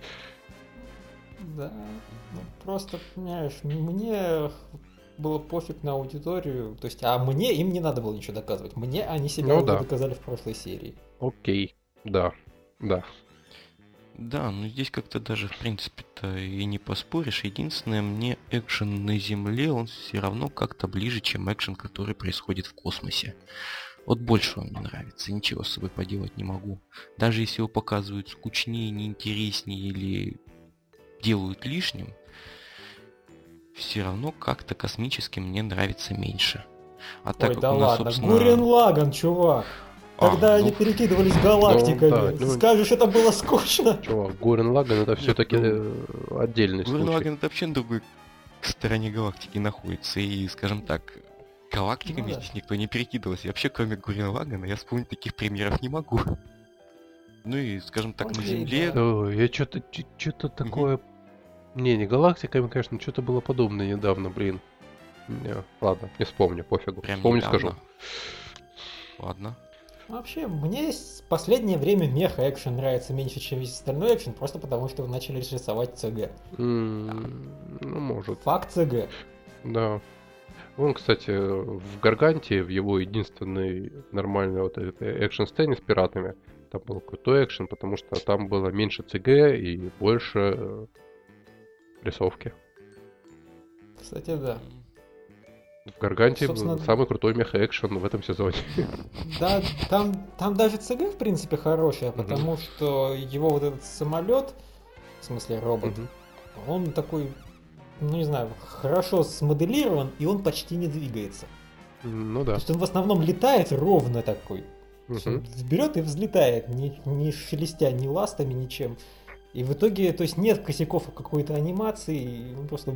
Да, ну просто, понимаешь, мне было пофиг на аудиторию. То есть, а мне им не надо было ничего доказывать. Мне они себя Ну уже да. доказали в прошлой серии. Окей, да, да. Да, но здесь как-то даже, в принципе-то, и не поспоришь. Единственное, мне экшен на Земле, он все равно как-то ближе, чем экшен, который происходит в космосе. Вот больше он мне нравится, ничего с собой поделать не могу. Даже если его показывают скучнее, неинтереснее или делают лишним, все равно как-то космически мне нравится меньше. А так Ой, как да у нас, ладно, собственно... Гурен Лаган, чувак. А, Когда ну, они перекидывались галактиками. да, ну- Скажешь, это было скучно? Чувак, Гурен Лаган это все-таки ну, отдельный Гурен случай. Лаган это вообще на другой стороне галактики находится. И, скажем так, галактиками Ну да. здесь никто не перекидывался. И вообще, кроме Гурен Лагана, я вспомнить таких примеров не могу. Ну и, скажем так, на Окей, Земле... да. Ой, я что-то что-то такое... Не, не галактиками, конечно, что-то было подобное недавно, блин. Не, ладно, не вспомню, пофигу. Прям Вспомню, недавно. скажу. Ладно. Вообще, мне в последнее время меха-экшен нравится меньше, чем весь остальной экшен, просто потому что вы начали рисовать ЦГ. М, Ну, может, Факт ЦГ. да. Вон, кстати, в Гарганте, в его единственный нормальный вот этот экшн-сцене с пиратами, там был крутой экшен, потому что там было меньше ЦГ и больше э, рисовки. Кстати, да. В Гарганте Собственно, самый крутой меха-экшен в этом сезоне. Да, там, там даже ЦГ, в принципе, хорошая, потому что его вот этот самолет, в смысле робот, Мгм. он такой, ну не знаю, хорошо смоделирован, и он почти не двигается. Ну То да. есть он в основном летает ровно такой. То есть он Мгм. берет и взлетает, не, не шелестя ни ластами, ничем. И в итоге, то есть нет косяков какой-то анимации, и он просто...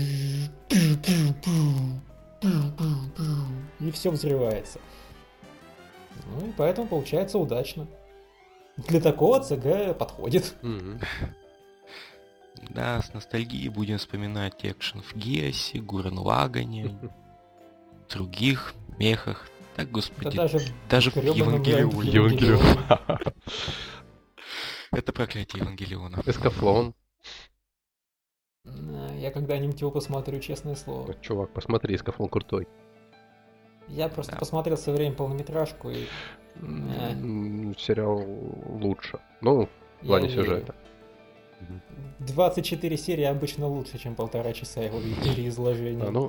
И все взрывается. Ну и поэтому получается удачно. Для такого ЦГ подходит. Мгм. Да, с ностальгией будем вспоминать экшен в Геосе, Гурен Лагане, других мехах. Так, Да господи, даже, даже в грёбаном Евангелионе. Евангелион. Это проклятие Евангелиона. Эскафлон. Э, Я когда-нибудь его посмотрю, честное слово. Чувак, посмотри, Эскафлон крутой. Я просто Да. посмотрел в свое время полнометражку, и М, Сериал лучше. Ну, в плане я верю. сюжета. двадцать четыре серии обычно лучше, чем полтора часа его переизложения. А, ну,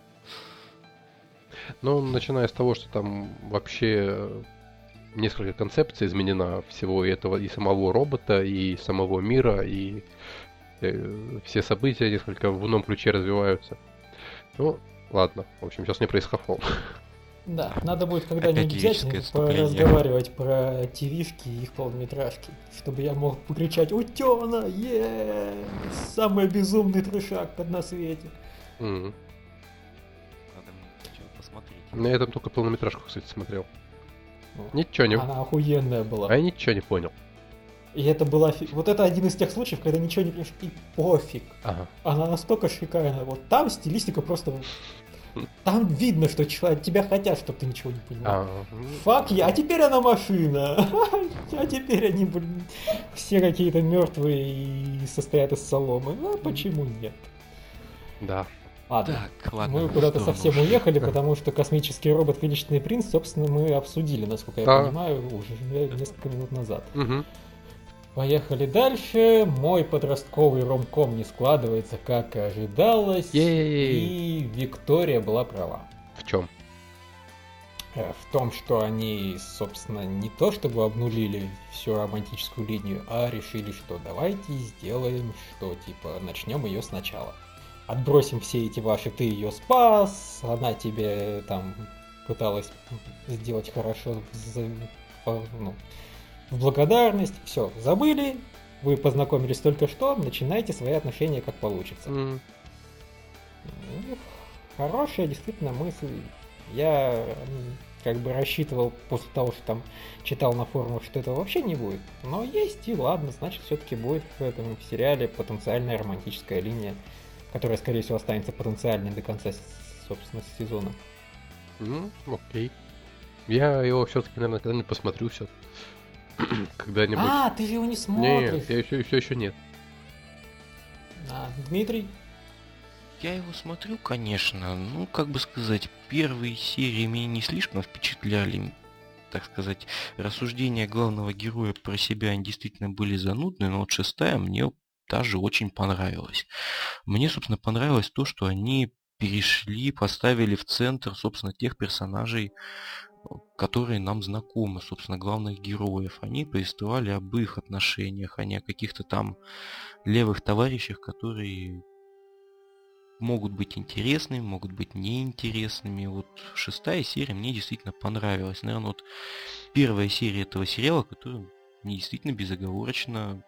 ну, начиная с того, что там вообще несколько концепций изменено всего этого, и самого робота, и самого мира, и э, все события несколько в ином ключе развиваются. Ну, ладно. В общем, сейчас не про Эскафлон. Да, надо будет когда-нибудь Опять взять лирическое и отступление. поразговаривать про ТВшки и их полнометражки, чтобы я мог покричать «Утёна! Е! Самый безумный трешак на свете!» Мгм. Надо мне что-то посмотреть. На этом только полнометражку, кстати, смотрел. Ну, Ничего не... Она охуенная была. А я ничего не понял. И это была... фи- Вот это один из тех случаев, когда ничего не понимаешь, и пофиг. Ага. Она настолько шикарная. Вот там стилистика просто... Там видно, что человек, тебя хотят, чтобы ты ничего не понимал. А, Фак я, а теперь она машина. А теперь они, блин, все какие-то мертвые и состоят из соломы. Ну, а почему нет? Да. Ладно. Так, ладно. Мы в куда-то сторону совсем ушли. уехали, потому что космический робот Величественный принц, собственно, мы обсудили, насколько я Да. понимаю, уже несколько минут назад. Мгм. Поехали дальше. Мой подростковый ромком не складывается, как и ожидалось. Ей. И Виктория была права. В чем? Э, В том, что они, собственно, не то чтобы обнулили всю романтическую линию, а решили, что давайте сделаем, что типа начнем ее сначала. Отбросим все эти ваши, ты ее спас, она тебе там пыталась сделать хорошо за- по- ну, в благодарность, все, забыли, вы познакомились только что, начинайте свои отношения как получится. М, Ну, Хорошая действительно мысль. Я м, как бы рассчитывал после того, что там читал на форумах, что этого вообще не будет. Но есть, и ладно, значит, все-таки будет в этом сериале потенциальная романтическая линия, которая, скорее всего, останется потенциальной до конца, с- собственно, сезона. Ну, окей. Я его все-таки, наверное, когда-нибудь посмотрю все. Когда-нибудь. А, ты же его не Нет, смотришь. я еще, еще, еще нет. А, Дмитрий? Я его смотрю, конечно. Ну, как бы сказать, первые серии меня не слишком впечатляли. Так сказать, рассуждения главного героя про себя они действительно были занудные, но вот шестая мне даже очень понравилась. Мне, собственно, понравилось то, что они перешли, поставили в центр, собственно, тех персонажей, которые нам знакомы, собственно, главных героев. Они повествовали об их отношениях, а не о каких-то там левых товарищах, которые могут быть интересными, могут быть неинтересными. Вот шестая серия мне действительно понравилась. Наверное, вот первая серия этого сериала, которая мне действительно безоговорочно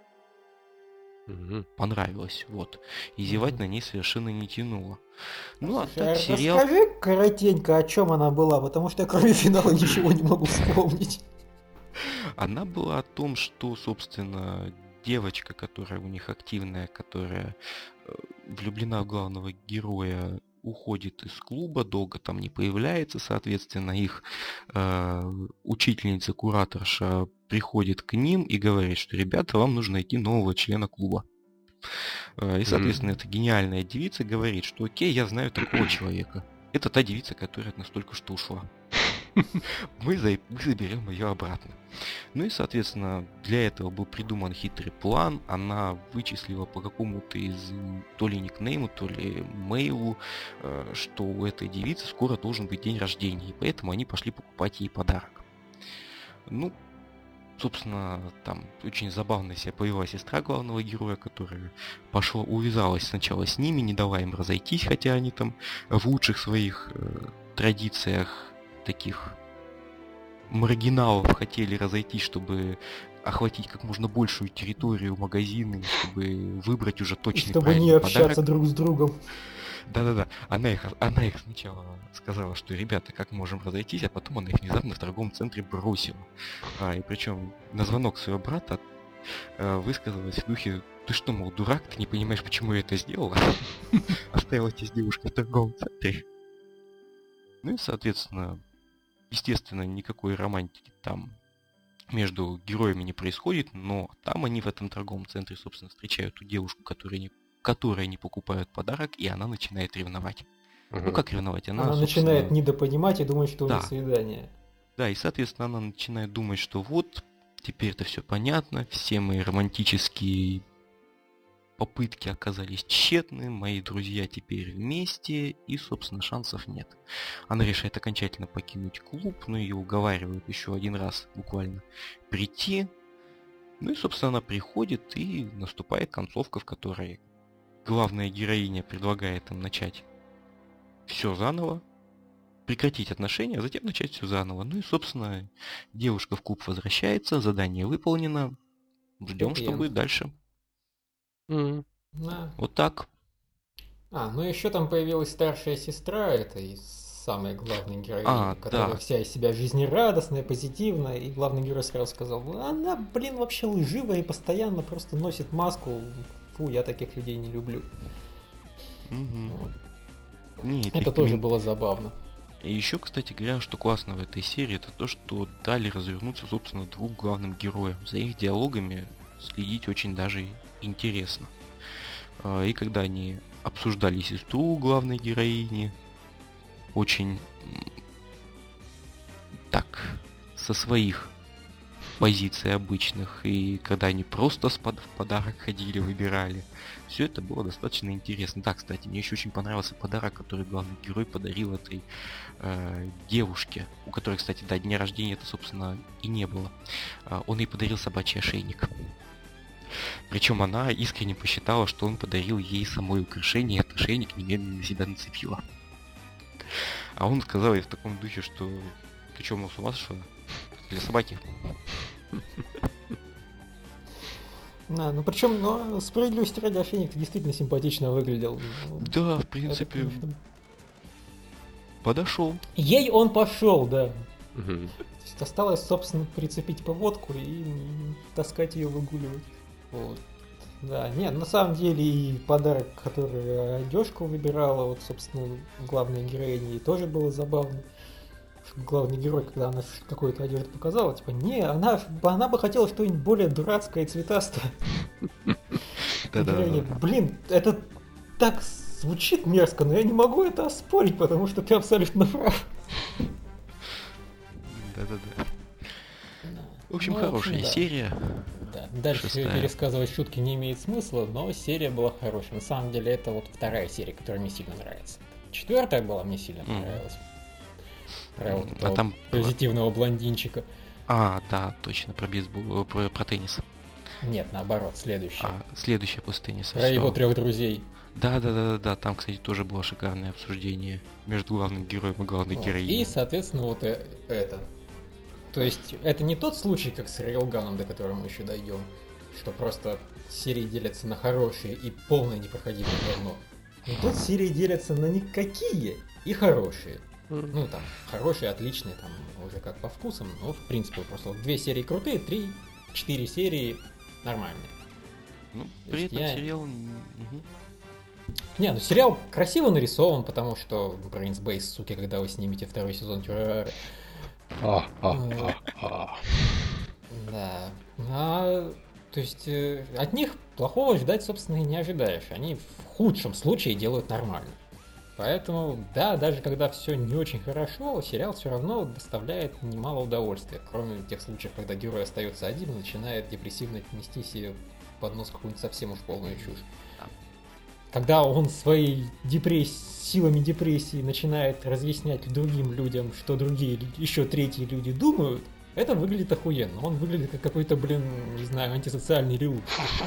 Мгм. понравилась. Вот. И зевать Мгм. на ней совершенно не тянуло. Ну, а Слушай, так а сериал... расскажи коротенько, о чем она была, потому что я кроме финала ничего не могу вспомнить. Она была о том, что, собственно, девочка, которая у них активная, которая э, влюблена в главного героя, уходит из клуба, долго там не появляется, соответственно, их э, учительница, кураторша приходит к ним и говорит, что, ребята, вам нужно найти нового члена клуба. Э, И, соответственно, эта гениальная девица говорит, что окей, я знаю такого человека. Это та девица, которая от нас только что ушла. Мы, за... мы заберем ее обратно. Ну и, соответственно, для этого был придуман хитрый план. Она вычислила по какому-то из м, то ли никнейму, то ли мейлу, э, что у этой девицы скоро должен быть день рождения. И поэтому они пошли покупать ей подарок. Ну, собственно, там очень забавно себя повела сестра главного героя, которая пошла, увязалась сначала с ними, не дала им разойтись, хотя они там в лучших своих э, традициях таких маргиналов хотели разойтись, чтобы охватить как можно большую территорию магазина, чтобы выбрать уже точный Чтобы не правильный общаться подарок. друг с другом. Да-да-да, она их, она их сначала сказала, что ребята, как можем разойтись, а потом она их внезапно в торговом центре бросила. А, и причем на звонок своего брата э, высказалась в духе: ты что, мол, дурак, ты не понимаешь, почему я это сделала? Оставила тебя с девушкой в торговом центре. Ну и, соответственно, естественно, никакой романтики там между героями не происходит, но там они в этом торговом центре, собственно, встречают ту девушку, которая не, которой они покупают подарок, и она начинает ревновать. Ну Мгм. как ревновать? Она, Она собственно, начинает недопонимать и думать, что у Да. них свидание. Да, и, соответственно, она начинает думать, что вот, теперь это все понятно, все мои романтические попытки оказались тщетны, мои друзья теперь вместе, и, собственно, шансов нет. Она решает окончательно покинуть клуб, но ее уговаривают еще один раз буквально прийти. Ну и, собственно, она приходит, и наступает концовка, в которой главная героиня предлагает им начать все заново, прекратить отношения, а затем начать все заново. Ну и, собственно, девушка в клуб возвращается, задание выполнено, ждем, что Хэппи-энд. будет дальше. М. Да. Вот так. А, ну еще там появилась старшая сестра этой самой главной героини, А, которая да. вся из себя жизнерадостная, позитивная, и главный герой сразу сказал, она, блин, вообще лживая и постоянно просто носит маску. Фу, я таких людей не люблю. Мгм. Вот. Не, Это тоже было забавно. И еще, кстати говоря, что классно в этой серии, это то, что дали развернуться, собственно, двух главным героям. За их диалогами следить очень даже интересно. А, И когда они обсуждали сестру главной героини, очень м, так, со своих позиций обычных, и когда они просто с под- в подарок ходили, выбирали, все это было достаточно интересно. Да, кстати, мне еще очень понравился подарок, который главный герой подарил этой э, девушке, у которой, кстати, до дня рождения это, собственно, и не было. А, Он ей подарил собачий ошейник. Причем она искренне посчитала, что он подарил ей самое украшение, и этот ошейник немедленно на себя нацепила. А он сказал ей в таком духе, что ты что, мол, с ума сошла? Для собаки. Да, ну причем, ну, справедливости ради, ошейник действительно симпатично выглядел. Ну, Да, в это, принципе, конечно, подошел. ей он пошел, да. Мгм. То есть осталось, собственно, прицепить поводку и м, таскать ее выгуливать. Вот. Да, нет, на самом деле и подарок, который одежку выбирала, вот, собственно, главная героиня, ей тоже было забавно. Что главный герой, когда она какую-то одежду показала, типа, не, она, она бы хотела что-нибудь более дурацкое и цветастое. Героиня, Да-да-да. блин, это так звучит мерзко, но я не могу это оспорить, потому что ты абсолютно прав. Да-да-да. В общем, Ну, хорошая да. серия. Да. Дальше Шестая. пересказывать шутки не имеет смысла, но серия была хорошая. На самом деле это вот вторая серия, которая мне сильно нравится. Четвертая была, мне сильно Мгм. понравилась. Про вот А этого там... позитивного блондинчика. А, да, точно, про бейсбол, про, про теннис. Нет, наоборот, следующая. А, следующая после тенниса. Про его всё. трех друзей. Да, да, да, да, да, там, кстати, тоже было шикарное обсуждение между главным героем и главной Вот. героиней. И, соответственно, вот э- это. То есть, это не тот случай, как с Рейлганом, до которого мы еще дойдем, что просто серии делятся на хорошие и полное непроходимое говно. Но тут серии делятся на никакие и хорошие. Мгм. Ну, там, хорошие, отличные, там, уже как по вкусам, но, в принципе, просто вот две серии крутые, три, четыре серии нормальные. Ну, То при есть этом я- сериал... мгм. Не, ну сериал красиво нарисован, потому что Brains Base, суки, когда вы снимете второй сезон Тюрары. А, а, а, а. Да. А, то есть э, от них плохого ждать, собственно, и не ожидаешь. Они в худшем случае делают нормально. Поэтому, да, даже когда все не очень хорошо, сериал все равно доставляет немало удовольствия. Кроме тех случаев, когда герой остается один и начинает депрессивно нести себе под нос какую-нибудь совсем уж полную чушь. Когда он своей депресс... силами депрессии начинает разъяснять другим людям, что другие, лю- еще третьи люди думают, это выглядит охуенно. Он выглядит как какой-то, блин, не знаю, антисоциальный релу.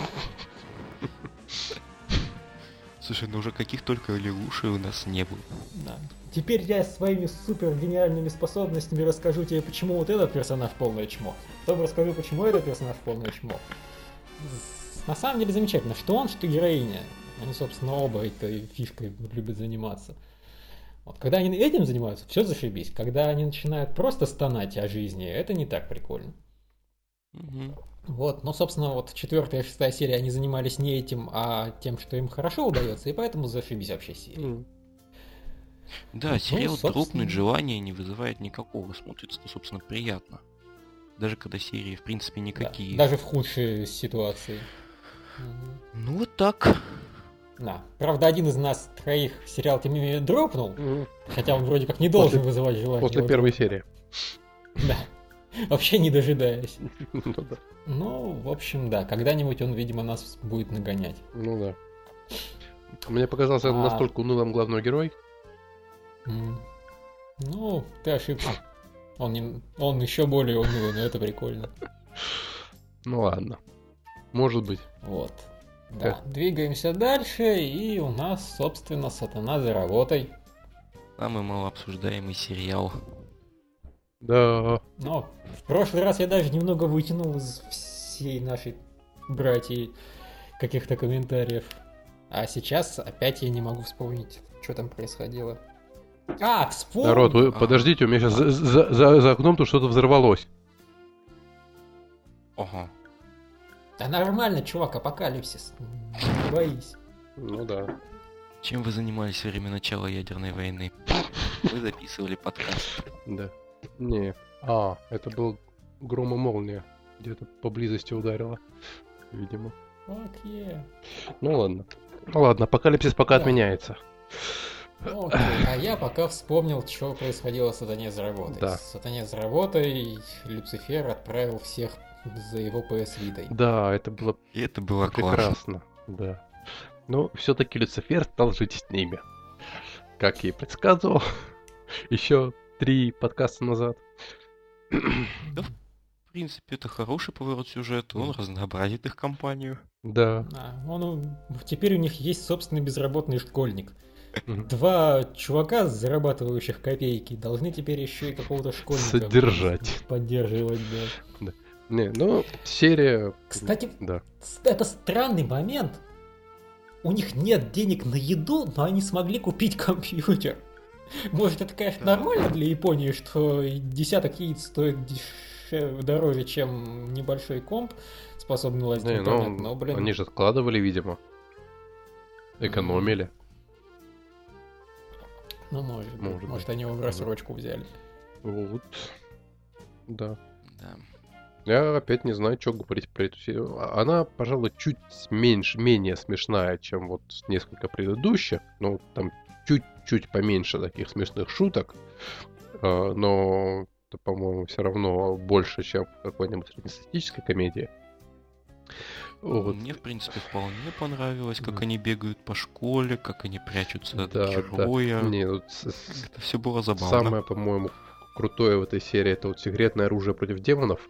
Слушай, ну уже каких только лягушей у нас не было. Да. Теперь я своими супер гениальными способностями расскажу тебе, почему вот этот персонаж полное чмо. Потом расскажу, почему этот персонаж полное чмо. С- На самом деле замечательно, что он, что героиня. Они, собственно, оба этой фишкой любят заниматься. Вот, когда они этим занимаются, все зашибись. Когда они начинают просто стонать о жизни, это не так прикольно. Мгм. Вот, но, собственно, вот четвертая и шестая серия, они занимались не этим, а тем, что им хорошо удается, и поэтому зашибись вообще серия. М. Да, Ну, сериал собственно. дропнуть желания не вызывает никакого, смотрится, собственно, приятно. Даже когда серии, в принципе, Да, никакие. даже в худшей ситуации. Мгм. Ну вот так. Да. Правда, один из нас троих сериал тем не менее дропнул, М. хотя он вроде как не должен После- вызывать желание. После его первой дропнуть. серии. Да. Вообще не дожидаясь. Ну да. Ну, в общем, да, когда-нибудь он, видимо, нас будет нагонять. Ну да. Мне показался А. настолько унылым главный герой. М. Ну, ты ошибся. Он, не... он еще более унылый, но это прикольно. Ну ладно. Может быть. Вот. Да, двигаемся дальше, и у нас, собственно, сатана за работой. Самый малообсуждаемый сериал. Да. Но в прошлый раз я даже немного вытянул из всей нашей братьи каких-то комментариев. А сейчас опять я не могу вспомнить, что там происходило. А, вспомнил! Народ, вы А. подождите, у меня сейчас за, за, за- за окном тут что-то взорвалось. Ага. Да нормально, чувак, апокалипсис. Не боись. Ну да. Чем вы занимались во время начала ядерной войны? Вы записывали подкаст. Да. Не. А, это был гром и молния. Где-то поблизости ударило. Видимо. Fuck yeah. Ну ладно. Ну ладно, апокалипсис пока Да. отменяется. Окей, а я пока вспомнил, что происходило с Сатане за работой. Да. С Сатане за работой Люцифер отправил всех за его пи эс Vita. Да, это было И это было классно. прекрасно. Да. Но все-таки Люцифер стал жить с ними. Как я и предсказывал. Еще три подкаста назад. В принципе, это хороший поворот сюжета, он разнообразит их компанию. Да. А, он, у- теперь у них есть собственный безработный школьник. Мгм. Два чувака, зарабатывающих копейки, должны теперь еще и какого-то школьника Содержать. поддерживать, да. Не, ну, серия... Кстати, Да. с- это странный момент. У них нет денег на еду, но они смогли купить компьютер. Может, это, конечно, нормально для Японии, что десяток яиц стоит дешевле, дороже, чем небольшой комп, способный лазить в Не, интернет, ну, но, блин... они же откладывали, видимо. Экономили. Ну, может, быть. Может может, быть. они его в рассрочку взяли. Вот. Да. Да. Я опять не знаю, что говорить про эту серию. А- Она, пожалуй, чуть меньше, менее смешная, чем вот несколько предыдущих. Ну, там чуть-чуть поменьше таких смешных шуток. А, Но, это, по-моему, все равно больше, чем в какой-нибудь среднестатистической комедии. Вот. Мне, в принципе, вполне понравилось, как Мгм. они бегают по школе, как они прячутся от Да, да. героя. Не, ну, с- с- Это все было забавно. самое, по-моему, крутое в этой серии — это вот секретное оружие против демонов.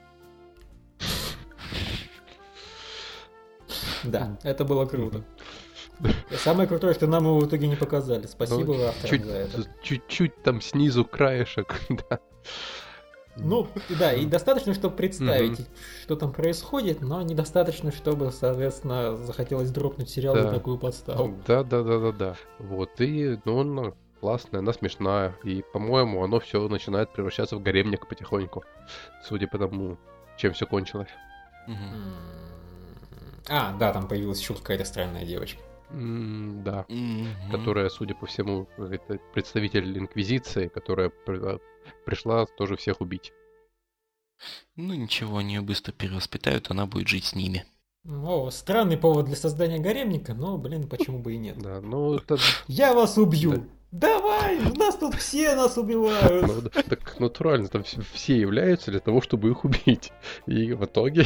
Да, это было круто. И самое крутое, что нам его в итоге не показали. Спасибо Ну, авторам чуть- за это. Чуть-чуть там снизу краешек, да. Ну, да, и достаточно, чтобы представить, что там происходит, но недостаточно, чтобы, соответственно, захотелось дропнуть сериал Да. за такую подставу. Да, да, да, да, да. Вот, и ну, она классная, она смешная. И, по-моему, оно все начинает превращаться в гаремник потихоньку. Судя по тому, чем все кончилось. Мгм. М, А, да, там появилась еще какая-то странная девочка. М, Да. Мгм. Которая, судя по всему, это представитель Инквизиции, которая при- пришла тоже всех убить. Ну ничего, они ее быстро перевоспитают, она будет жить с ними. О, странный повод для создания гаремника, но, блин, почему бы и нет. Да, ну это... Я вас убью! Давай! У нас тут все нас убивают! Ну, да, так натурально, там все, все являются для того, чтобы их убить. И в итоге...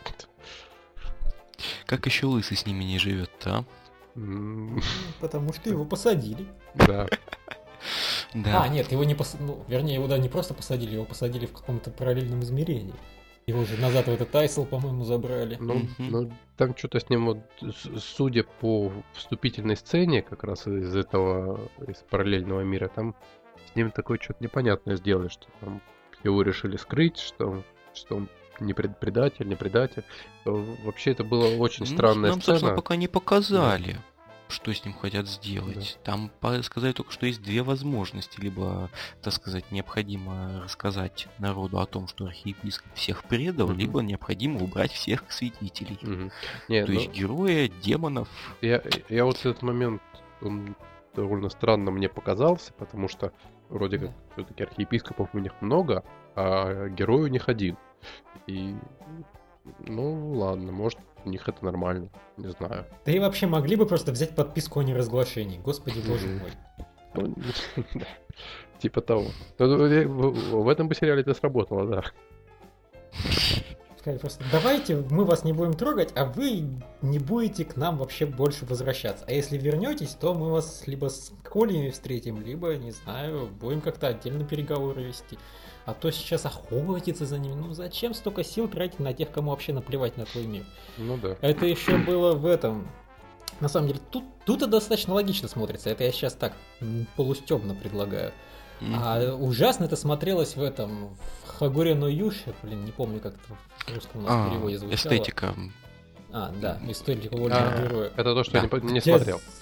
Как еще лысый с ними не живет-то, а? м, Потому что его посадили. Да. Да. А, нет, его не посадили. Ну, вернее, его да не просто посадили, его посадили в каком-то параллельном измерении. Его же назад в этот Айсел, по-моему, забрали. Ну, Мгм. ну, там что-то с ним, вот, с- судя по вступительной сцене, как раз из этого, из параллельного мира, там с ним такое что-то непонятное сделали, что там его решили скрыть, что, что он не пред- предатель, не предатель. Э, Вообще это была очень Ну, странная Нам, собственно, сцена. пока не показали, что с ним хотят сделать. Там по- сказали только, что есть две возможности. Либо, так сказать, необходимо рассказать народу о том, что архиепископ всех предал, Мгм. либо необходимо убрать всех святителей. Мгм. Не, То ну, есть героя, демонов. я, я вот этот момент, он довольно странно мне показался, потому что вроде как Да. все-таки архиепископов у них много, а герой у них один. И, ну ладно, может у них это нормально, не знаю. Да и вообще могли бы просто взять подписку о неразглашении. Господи боже Мгм. мой. Ну, да, типа того. Ну, э, В в этом бы сериале это сработало, да. Сказать просто, давайте мы вас не будем трогать, а вы не будете к нам вообще больше возвращаться. А если вернетесь, то мы вас либо с Колиями встретим, либо, не знаю, будем как-то отдельно переговоры вести. А то сейчас охотиться за ними. Ну зачем столько сил тратить на тех, кому вообще наплевать на твой мир? Ну да. Это еще было в этом. На самом деле, тут, тут это достаточно логично смотрится. Это я сейчас так м, полустемно предлагаю. М. А ужасно это смотрелось в этом, в Хагуре но Юши, блин, не помню, как это в русском у нас А, в переводе звучало. эстетика. А, да, история А, вольного героя. это то, что Да. я не, по- не Где смотрел.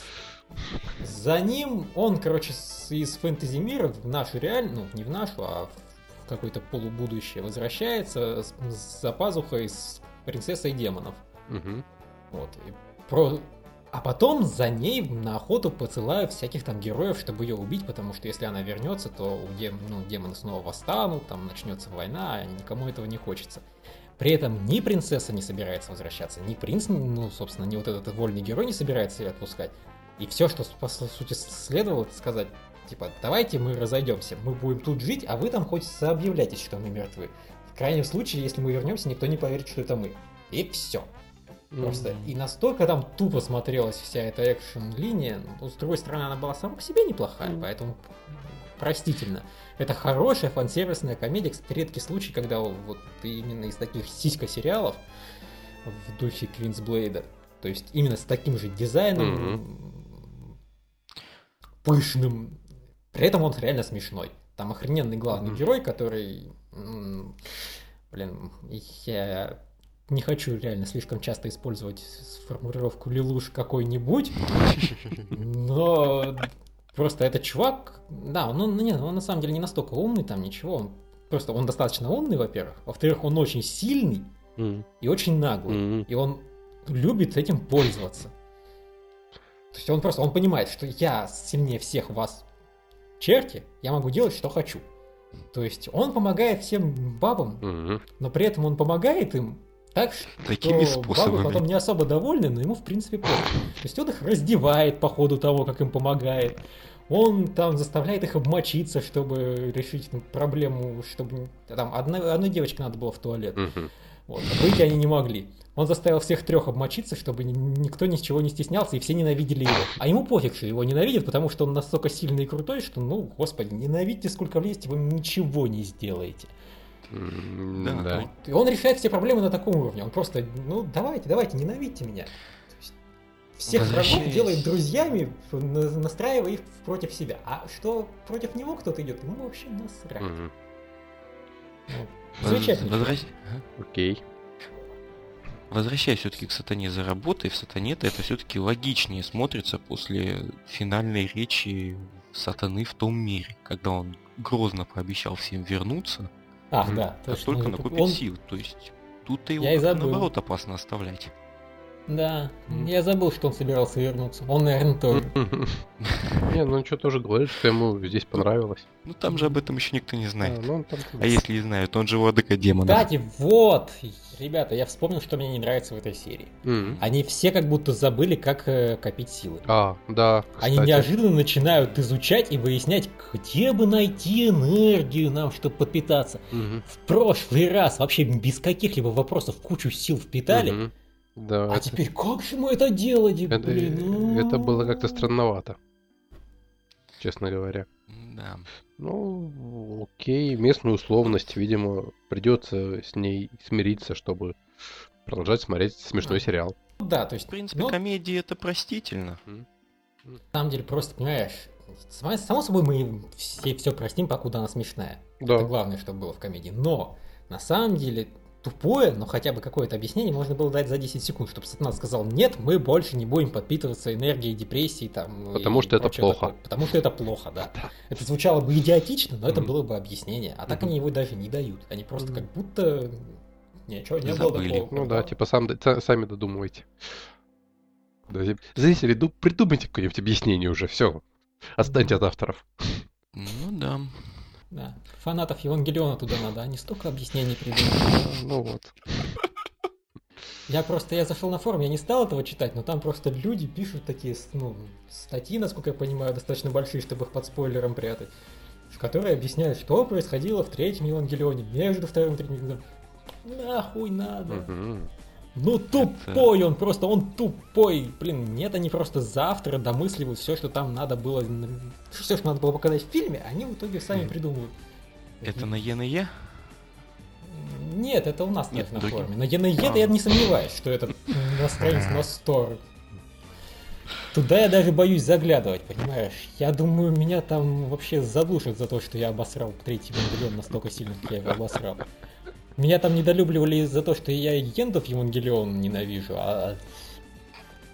За ним он, короче, с- из фэнтези мира в нашу реальную, ну, не в нашу, а в какое-то полубудущее возвращается с, за пазухой с принцессой демонов. Мгм. Вот. И про... А потом за ней на охоту посылают всяких там героев, чтобы ее убить, потому что если она вернется, то у дем... ну, демоны снова восстанут, там начнется война, а никому этого не хочется. При этом ни принцесса не собирается возвращаться, ни принц, ну, собственно, ни вот этот вольный герой не собирается ее отпускать. И все, что по сути следовало, это сказать, типа, давайте мы разойдемся, мы будем тут жить, а вы там хоть сообъявляйтесь, что мы мертвы. В крайнем случае, если мы вернемся, никто не поверит, что это мы. И все. Просто. М. И настолько там тупо смотрелась вся эта экшн-линия. Ну, с другой стороны, она была сама по себе неплохая, Мгм. поэтому простительно. Это хорошая фан-сервисная комедия, кстати, редкий случай, когда вот именно из таких сиська-сериалов в духе Квинсблейда, то есть именно с таким же дизайном, пышным, при этом он реально смешной. Там охрененный главный Мгм. герой, который, м, блин, я не хочу реально слишком часто использовать формулировку «лелуш какой-нибудь», но просто этот чувак, да, он, он, не, он на самом деле не настолько умный, там ничего, он просто он достаточно умный, во-первых, во-вторых, он очень сильный М. и очень наглый, Мгм. и он любит этим пользоваться. То есть он просто, он понимает, что я сильнее всех вас, черти, я могу делать, что хочу. То есть он помогает всем бабам, Мгм. но при этом он помогает им так, что Такими бабы способами. потом не особо довольны, но ему в принципе пофиг. То есть он их раздевает по ходу того, как им помогает. Он там заставляет их обмочиться, чтобы решить ну, проблему, чтобы... Там одна, одной девочке надо было в туалет. Мгм. Вот, а выйти они не могли. Он заставил всех трех обмочиться, чтобы ни- никто ничего не стеснялся, и все ненавидели его. А ему пофиг, что его ненавидят, потому что он настолько сильный и крутой, что, ну, господи, ненавидьте сколько влезете, вы ничего не сделаете. М, Да, Да. Вот. И он решает все проблемы на таком уровне. Он просто, ну, давайте, давайте, ненавидьте меня. То есть всех врагов Возвращаясь- делает друзьями, на- настраивая их против себя. А что против него кто-то идет, ему вообще насрать. Мгм. Вот. Воз- Замечательно. возвращ- ага. Окей. Возвращаясь все-таки к сатане за работой, в сатане-то это все-таки логичнее смотрится после финальной речи сатаны в том мире, когда он грозно пообещал всем вернуться, Ах, Мгм. да, как точно. только Он- накопит он- сил. То есть тут-то его Я и как-то забыл. наоборот опасно оставлять. Да, М. я забыл, что он собирался вернуться. Он, наверное, тоже. Мгм. Не, ну он что тоже говорит, что ему здесь понравилось. Ну там же об этом еще никто не А, знает. ну, он там- А если и знают, он же владыка демонов. Кстати, вот, ребята, я вспомнил, что мне не нравится в этой серии. М. Они все как будто забыли, как э, копить силы. А, да, Они кстати. неожиданно начинают изучать и выяснять, где бы найти энергию нам, чтобы подпитаться. Мгм. В прошлый раз вообще без каких-либо вопросов кучу сил впитали, Мгм. Да, а это- теперь как же мы это делали, это, блин? ну? это было как-то странновато, честно говоря. Да. Ну, окей, местную условность, видимо, придется с ней смириться, чтобы продолжать смотреть смешной Да. сериал. Да, то есть, В принципе, ну, комедии это простительно. на самом деле, просто, понимаешь, само, само собой мы все все простим, покуда она смешная. Да. Это главное, что было в комедии. Но, на самом деле, тупое, но хотя бы какое-то объяснение можно было дать за десять секунд, чтобы Сатана сказал, нет, мы больше не будем подпитываться энергией депрессии. Там, Потому и что это прочее плохо. такое. Потому что это плохо, да. Это звучало бы идиотично, но это Мгм. было бы объяснение. А так Мгм. они его даже не дают. Они просто Мгм. как будто... Ничего не было Забыли. такого. Ну да, типа сам, д- са- сами додумывайте. Да, типа, зрители, ду- придумайте какое-нибудь объяснение уже, все. Отстаньте от авторов. Ну да. Да. Фанатов Евангелиона туда надо, они столько объяснений придумали. А, Ну вот. Я просто, я зашел на форум, я не стал этого читать, но там просто люди пишут такие, ну, статьи, насколько я понимаю, достаточно большие, чтобы их под спойлером прятать, в которые объясняют, что происходило в третьем Евангелионе, между вторым и третьим Евангелионом. Нахуй надо. Мгм. Ну тупой он, просто он тупой. Блин, нет, они просто завтра домысливают все, что там надо было, все, что надо было показать в фильме, они в итоге сами Мгм. придумывают. Это на Е на Е? Нет, это у нас Нет, нет, на другие. форуме. На ЕНЕ А. я не сомневаюсь, что это на странице на Store. Туда я даже боюсь заглядывать, понимаешь? Я думаю, меня там вообще задушат за то, что я обосрал третий Евангелион настолько сильно, как я его обосрал. Меня там недолюбливали за то, что я Ендов Евангелион ненавижу, а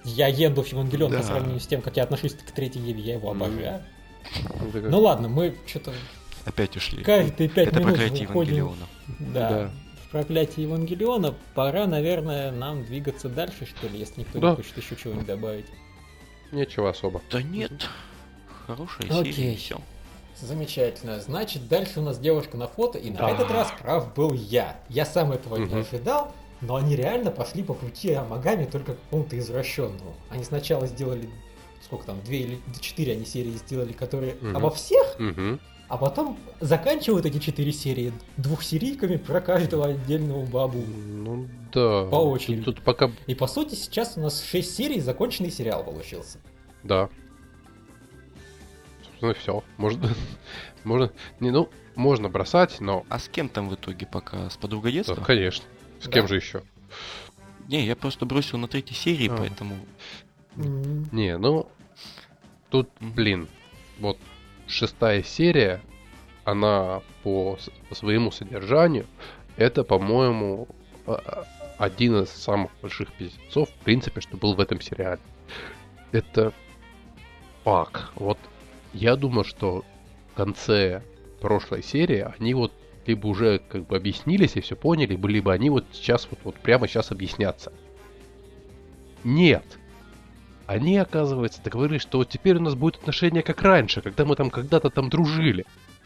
Я еду в Евангелион Да. по сравнению с тем, как я отношусь к третьей Еве, я его Ну, обожаю. Ну, ты как- Ну ладно, мы что-то Опять ушли. каждые пять Это минут проклятие выходим. Евангелиона. Да. Да. В проклятие Евангелиона пора, наверное, нам двигаться дальше, что ли, если никто Да. не хочет еще чего-нибудь добавить. Нечего особо. Да нет. Хорошая Окей. серия, все. Замечательно. Значит, дальше у нас девушка на фото, и на Да. этот раз прав был я. Я сам этого не Мгм. ожидал, но они реально пошли по пути Амагами, только какому-то извращенному. Они сначала сделали, сколько там, две или четыре они серии сделали, которые Мгм. обо всех, Угу. а потом заканчивают эти четыре серии двухсерийками про каждого отдельного бабу. Ну да. По очереди. Тут, тут пока. И по сути сейчас у нас шесть серий, законченный сериал получился. Да. Собственно, все. Можно. Можно. Не, ну, можно бросать, но. А с кем там в итоге пока? С подругой Да, детства? конечно. С Да. кем же еще? Не, я просто бросил на третьей серии, А. поэтому... М, Не, ну. Тут, Мгм. блин, вот шестая серия, она по с- по своему содержанию, это, по-моему, а- а- один из самых больших пиздецов, в принципе, что был в этом сериале. Это пак. Вот я думаю, что в конце прошлой серии они вот либо уже как бы объяснились и все поняли, либо они вот сейчас вот, вот прямо сейчас объяснятся. Нет. Они, оказывается, договорились, что вот теперь у нас будет отношение как раньше, когда мы там когда-то там дружили.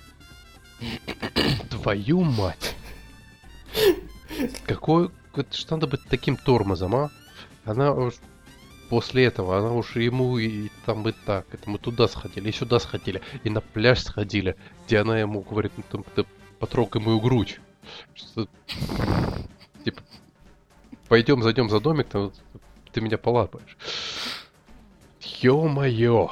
Твою мать. Какой... вот что надо быть таким тормозом, а? Она уж... После этого, она уж ему и там и так, это мы туда сходили, и сюда сходили, и на пляж сходили, где она ему говорит, ну там, ты потрогай мою грудь. Что... Типа, пойдем, зайдем за домик, там, ты меня полапаешь. Ё-моё.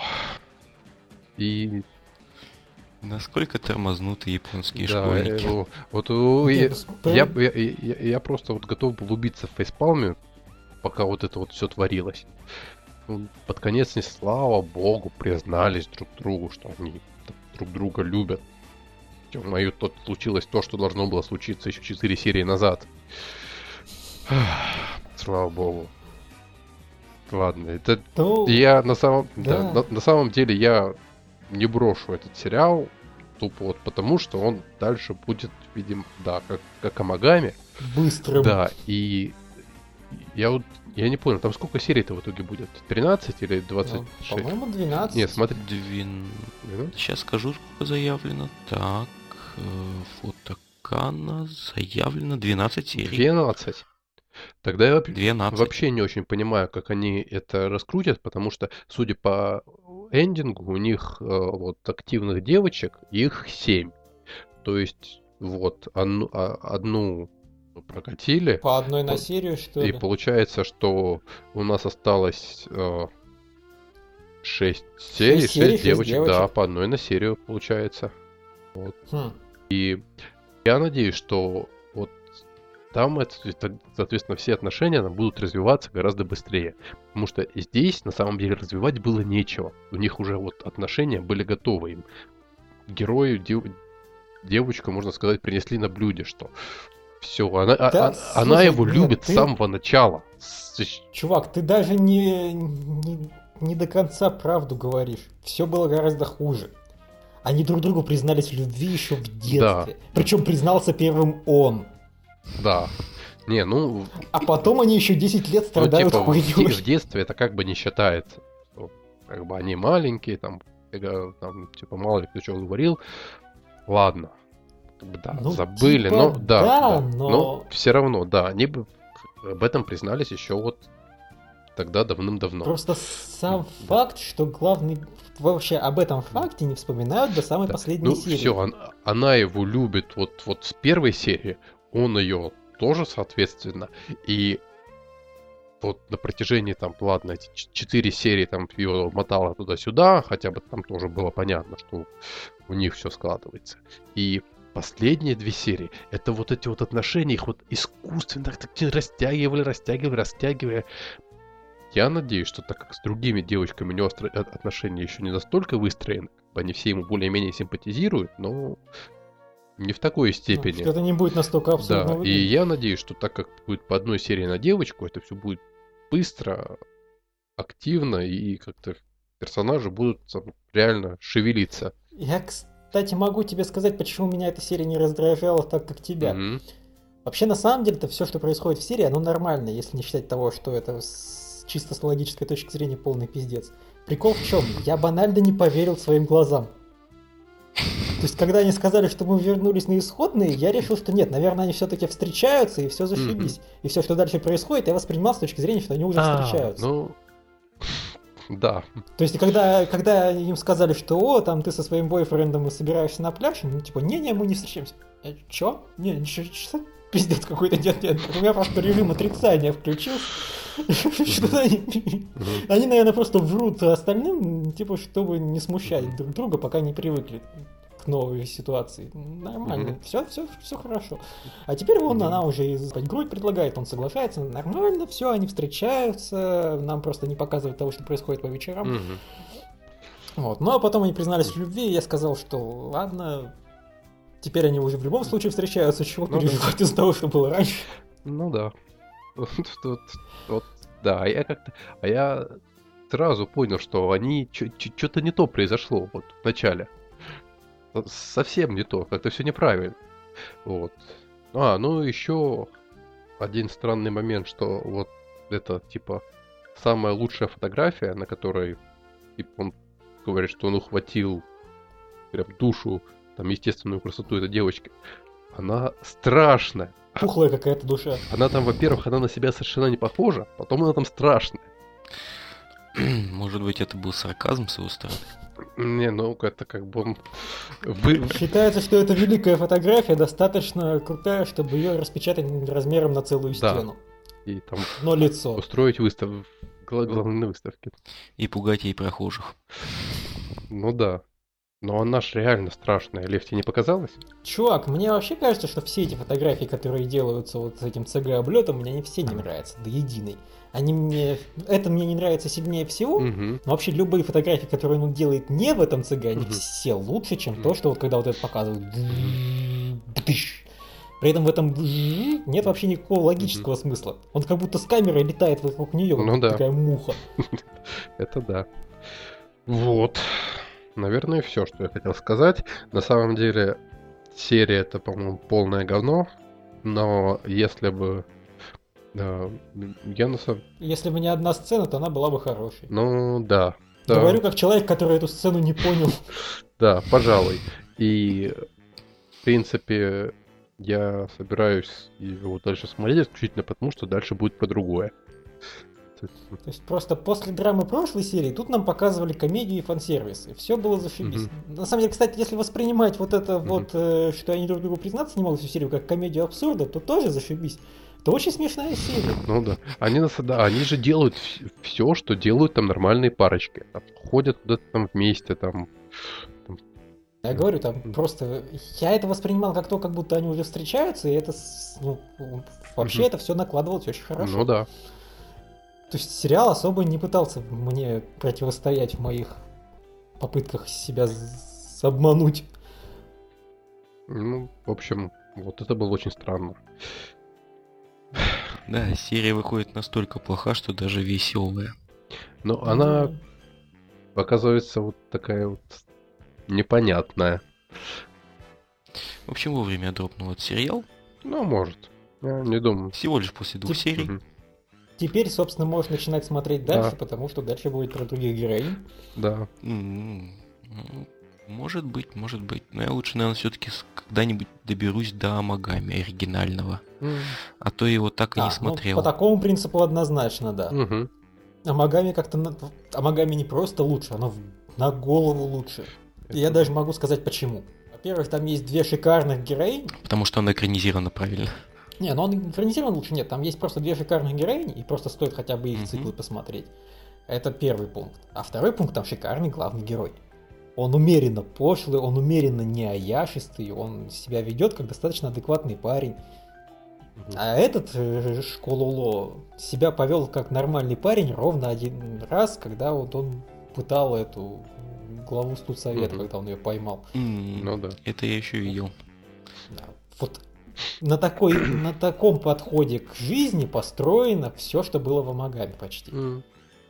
И Насколько тормознуты японские да, школьники. э, вот у- Нет, я, ну, с- я, я, я- я просто вот готов был убиться в фейспалме, пока вот это вот все творилось. Ну, под конец, не слава богу, признались друг другу, что они т- друг друга любят. Мою тут случилось то, что должно было случиться еще четыре серии назад. Слава богу. Ладно, это Ну, я на самом, да, Да. на, на самом деле я не брошу этот сериал тупо вот потому, что он дальше будет, видимо, да, как, как Амагами. быстрым. Да, и я вот, я не понял, там сколько серий-то в итоге будет? тринадцать или двадцать Ну, шесть? По-моему, двенадцать. Нет, смотри. Двен... двенадцать? Сейчас скажу, сколько заявлено. Так, э, Фотокана заявлено двенадцать серий. двенадцать. Тогда я вообще, двенадцать. вообще не очень понимаю, как они это раскрутят, потому что, судя по эндингу, у них э, вот активных девочек, их семь. То есть, вот, одну, а- одну прокатили. По одной на Вот. серию, что И ли? получается, что у нас осталось э, шесть серий, Шесть серий, шесть шесть девочек, да, девочек. по одной на серию получается. Хм. И я надеюсь, что вот там, это, это, соответственно, все отношения нам будут развиваться гораздо быстрее. Потому что здесь, на самом деле, развивать было нечего. У них уже вот отношения были готовы. Им герою, дев- девочку, можно сказать, принесли на блюде, что все, она, а- Да, а- слушай, она его нет, любит ты- с самого начала. С- Чувак, ты даже не, не, не до конца правду говоришь. Все было гораздо хуже. Они друг другу признались в любви еще в детстве. Да. Причем признался первым он. Да. Не, ну, А потом они еще десять лет ну страдают типа, в, де- хуйней. в детстве это как бы не считается. Что, как бы они маленькие, там, э, там, типа, мало ли кто что говорил. Ладно. Как бы, да, Ну, забыли, типа, но да, да, да. но- все равно, да, они бы об этом признались еще вот тогда давным-давно. Просто сам Да. факт, что главный... Вообще об этом факте не вспоминают до самой Да. последней Ну, серии. все, она его любит вот, вот с первой серии, он ее тоже, соответственно, и вот на протяжении, там, ладно, эти ч- четыре серии, там, его мотало туда-сюда, хотя бы там тоже было понятно, что у них все складывается. И последние две серии, это вот эти вот отношения, их вот искусственно так растягивали, растягивали, растягивали. Я надеюсь, что так как с другими девочками у него остро- от- отношения еще не настолько выстроены, как бы они все ему более-менее симпатизируют, но не в такой Ну, степени. что-то не будет настолько абсурдно Да, и выглядеть. я надеюсь, что так как будет по одной серии на девочку, это все будет быстро, активно, и как-то персонажи будут там реально шевелиться. Я, кстати, могу тебе сказать, почему меня эта серия не раздражала так, как тебя. Мгм. Вообще, на самом деле-то все, что происходит в серии, оно нормально, если не считать того, что это с чисто с логической точки зрения полный пиздец. Прикол в чем? Я банально не поверил своим глазам. То есть, когда они сказали, что мы вернулись на исходные, я решил, что нет, наверное, они все-таки встречаются, и все зашибись. И все, что дальше происходит, я воспринимал с точки зрения, что они уже А, встречаются. ну, да. То есть, когда, когда им сказали, что о, там ты со своим бойфрендом собираешься на пляж, ну, типа, не-не, мы не встречаемся. Я, чё? Не, ничего, что? Пиздец какой-то, нет, нет, у меня просто режим отрицания включился. Что-то они, они, наверное, просто врут остальным, типа, чтобы не смущать друг друга, пока не привыкли к новой ситуации. Нормально, Мгм. все, все, все хорошо. А теперь вон Мгм. она уже спать грудь предлагает, он соглашается, нормально, все, они встречаются, нам просто не показывают того, что происходит по вечерам. Мгм. Вот. Ну а потом они признались в любви, и я сказал, что ладно, теперь они уже в любом случае встречаются, чего Ну да. переживать из-за того, что было раньше. Ну да. Вот, вот, вот, да, а я как-то, а я сразу понял, что они что-то не то произошло вот в начале. Совсем не то, как-то все неправильно. Вот. А, ну еще один странный момент, что вот это типа самая лучшая фотография, на которой типа, он говорит, что он ухватил прям душу, там естественную красоту этой девочки. Она страшная. Пухлая какая-то душа. Она там, во-первых, она на себя совершенно не похожа, потом она там страшная. Может быть, это был сарказм с его стороны? Не, ну это как бы он... Вы... Считается, что это великая фотография, достаточно крутая, чтобы ее распечатать размером на целую Да. стену. И там Но лицо. устроить выстав... гла- главные выставки. И пугать ей прохожих. Ну да. Но она ж реально страшная. Лев, тебе не показалось? Чувак, мне вообще кажется, что все эти фотографии, которые делаются вот с этим ЦГ-облетом, мне они все не нравятся, до единой. Они мне... Это мне не нравится сильнее всего, Угу. но вообще любые фотографии, которые он делает не в этом ЦГ, они Мгм. все лучше, чем Мгм. то, что вот когда вот это показывают. Бтыщ. При этом в этом нет вообще никакого логического смысла. Он как будто с камерой летает вокруг нее, как Ну да. такая муха. Это да. Вот. Наверное, все, что я хотел сказать. На самом деле, серия это, по-моему, полное говно. Но если бы... Да, я на самом... Если бы не одна сцена, то она была бы хорошей. Ну, да. Да, Говорю как человек, который эту сцену не понял. да, пожалуй. И, в принципе, я собираюсь его дальше смотреть исключительно потому, что дальше будет про другое. То есть просто после драмы прошлой серии тут нам показывали комедию и фан-сервис, и все было зашибись. На самом деле, кстати, если воспринимать вот это Мгм. вот, э, что они друг другу признаться не могут всю серию, как комедию абсурда, то тоже зашибись. Это очень смешная серия. Ну да. Они, нас- да, они же делают все, что делают там нормальные парочки. Там, ходят куда-то там вместе, там... Я говорю, там просто... Я это воспринимал как то, как будто они уже встречаются, и это... с- Ну, вообще Мгм. это все накладывалось очень хорошо. Ну да. То есть сериал особо не пытался мне противостоять в моих попытках себя з- обмануть. Ну, в общем, вот это было очень странно. Да, серия выходит настолько плоха, что даже веселая. Но она, оказывается, вот такая вот непонятная. В общем, вовремя дропнул этот сериал. Ну, может. Я не думаю. Всего лишь после двух серий. Мгм. Теперь, собственно, можно начинать смотреть дальше, Да. потому что дальше будет про других героинь. Да. М, ну, Может быть, может быть. Но я лучше, наверное, все-таки когда-нибудь доберусь до Амагами оригинального. М. А то его так и А, не ну, смотрел. по такому принципу однозначно, да. Мгм. Амагами как-то... на- Амагами не просто лучше, оно в- на голову лучше. И я Это- даже могу сказать почему. Во-первых, там есть две шикарных героини. Потому что он экранизировано правильно. Не, ну он экранизирован лучше нет. Там есть просто две шикарных героини, и просто стоит хотя бы их Мгм. циклы посмотреть. Это первый пункт. А второй пункт, там шикарный главный герой. Он умеренно пошлый, он умеренно не аяшистый, он себя ведет как достаточно адекватный парень. Мгм. А этот э, Школоло себя повел как нормальный парень ровно один раз, когда вот он пытал эту главу студсовета, Мгм. когда он ее поймал. М, Ну да. Это я еще видел. Да. Вот на, такой, на таком подходе к жизни построено все, что было в Амагаме почти. М.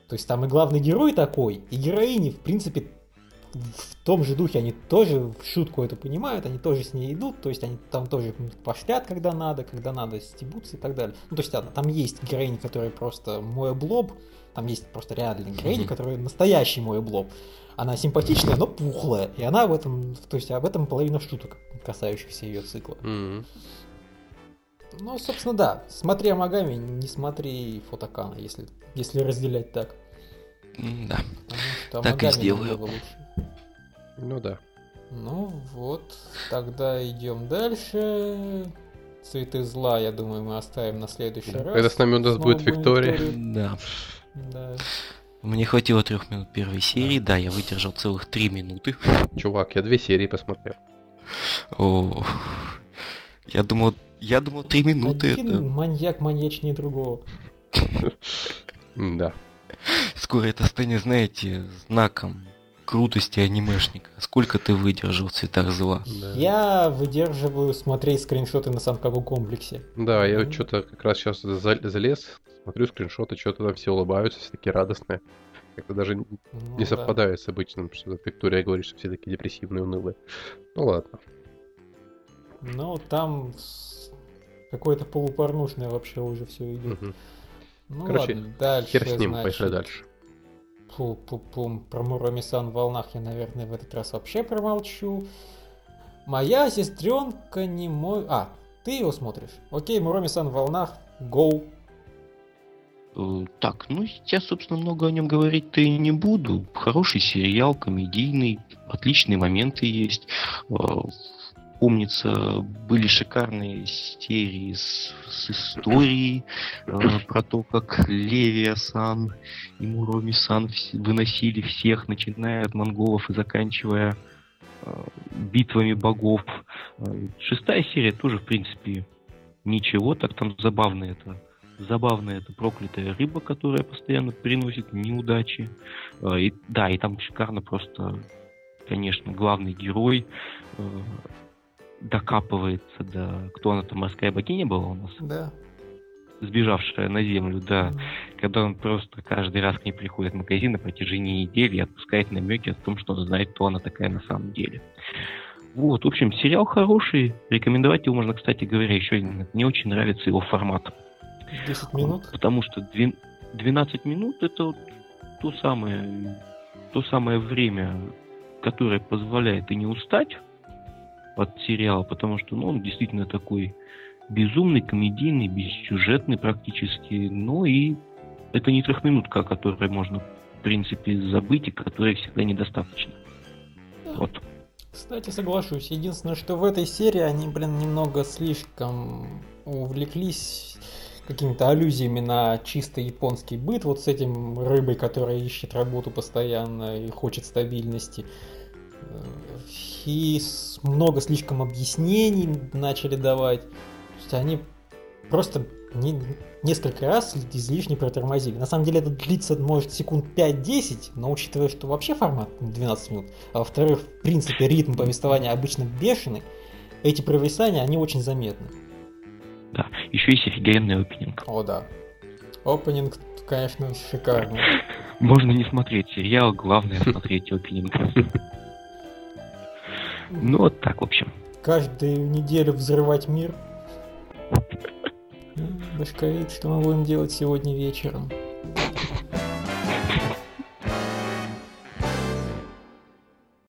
То есть там и главный герой такой, и героини, в принципе, в том же духе, они тоже в шутку это понимают, они тоже с ней идут, то есть они там тоже пошлят, когда надо, когда надо стебутся и так далее. Ну, то есть да, там есть героини, которые просто мой облоб, там есть просто реальные героини, которые настоящий мой облоб. Она симпатичная, но пухлая, и она в этом, то есть об этом половина шуток, касающихся ее цикла. Mm-hmm. Ну, собственно, да, смотри Амагами, не смотри Фотокана, если, если разделять так. Да, что так и сделаю. Ну да. Ну вот, тогда идем дальше. Цветы зла, я думаю, мы оставим на следующий раз. Когда с нами у нас Снова будет Виктория. Да. Да. Мне хватило трех минут первой серии, да, я выдержал целых три минуты. Чувак, я две серии посмотрел. О, я думал, я думал три минуты. Один это... маньяк маньячнее другого. Да. Скоро это станет, знаете, знаком крутости анимешника. Сколько ты выдержал в цветах зла? Да. Я выдерживаю смотреть скриншоты на Санкагу комплексе. Да, я вот что-то как раз сейчас залез, смотрю скриншоты, что-то там все улыбаются, все такие радостные. Как-то даже Ну, не да. совпадает с обычным, что Виктория говорит, что все такие депрессивные, унылые. Ну ладно. Ну, там с- какое-то полупорнушное вообще уже все идет. Мгм. Ну Короче, ладно, дальше, Хер с ним, значит, поехали дальше. Пу-пу-пум. Про Муроми-сан в волнах я, наверное, в этот раз вообще промолчу. Моя сестренка не мой... А, ты его смотришь? Окей, Муроми-сан в волнах, go. Э, Так, ну я, собственно, много о нем говорить-то и не буду. Хороший сериал, комедийный, отличные моменты есть. Э, Помнится, были шикарные серии с, с историей э, про то, как Левия-сан и Муроми-сан вс- выносили всех, начиная от монголов и заканчивая э, битвами богов. Э, Шестая серия тоже, в принципе, ничего, так там забавно это. Забавная это проклятая рыба, которая постоянно приносит неудачи. Э, И, да, и там шикарно просто, конечно, главный герой э, докапывается до... Кто она там, морская богиня была у нас? Да. Сбежавшая на землю, да. Когда он просто каждый раз к ней приходит в магазин на протяжении недели и отпускает намеки о том, что он знает, кто она такая на самом деле. Вот, в общем, сериал хороший. Рекомендовать его можно, кстати говоря, еще один. Мне очень нравится его формат. десять минут. Потому что две- двенадцать минут это вот то самое, то самое время, которое позволяет и не устать от сериала, потому что ну, он действительно такой безумный, комедийный, бессюжетный практически, но и это не трехминутка, о которой можно, в принципе, забыть и которой всегда недостаточно. Вот. Кстати, соглашусь. Единственное, что в этой серии они, блин, немного слишком увлеклись какими-то аллюзиями на чисто японский быт, вот с этим рыбой, которая ищет работу постоянно и хочет стабильности. И с- много слишком объяснений начали давать. То есть они просто не- несколько раз излишне протормозили. На самом деле это длится, может, секунд пять-десять, но учитывая, что вообще формат двенадцать минут, а во-вторых, в принципе, ритм повествования обычно бешеный, эти провисания, они очень заметны. Да. Еще есть офигенный опенинг. О, да. Опенинг, конечно, шикарный. Можно не смотреть сериал, главное смотреть опенинг. Ну вот так, в общем. Каждую неделю взрывать мир. Ну, Башковит, что мы будем делать сегодня вечером?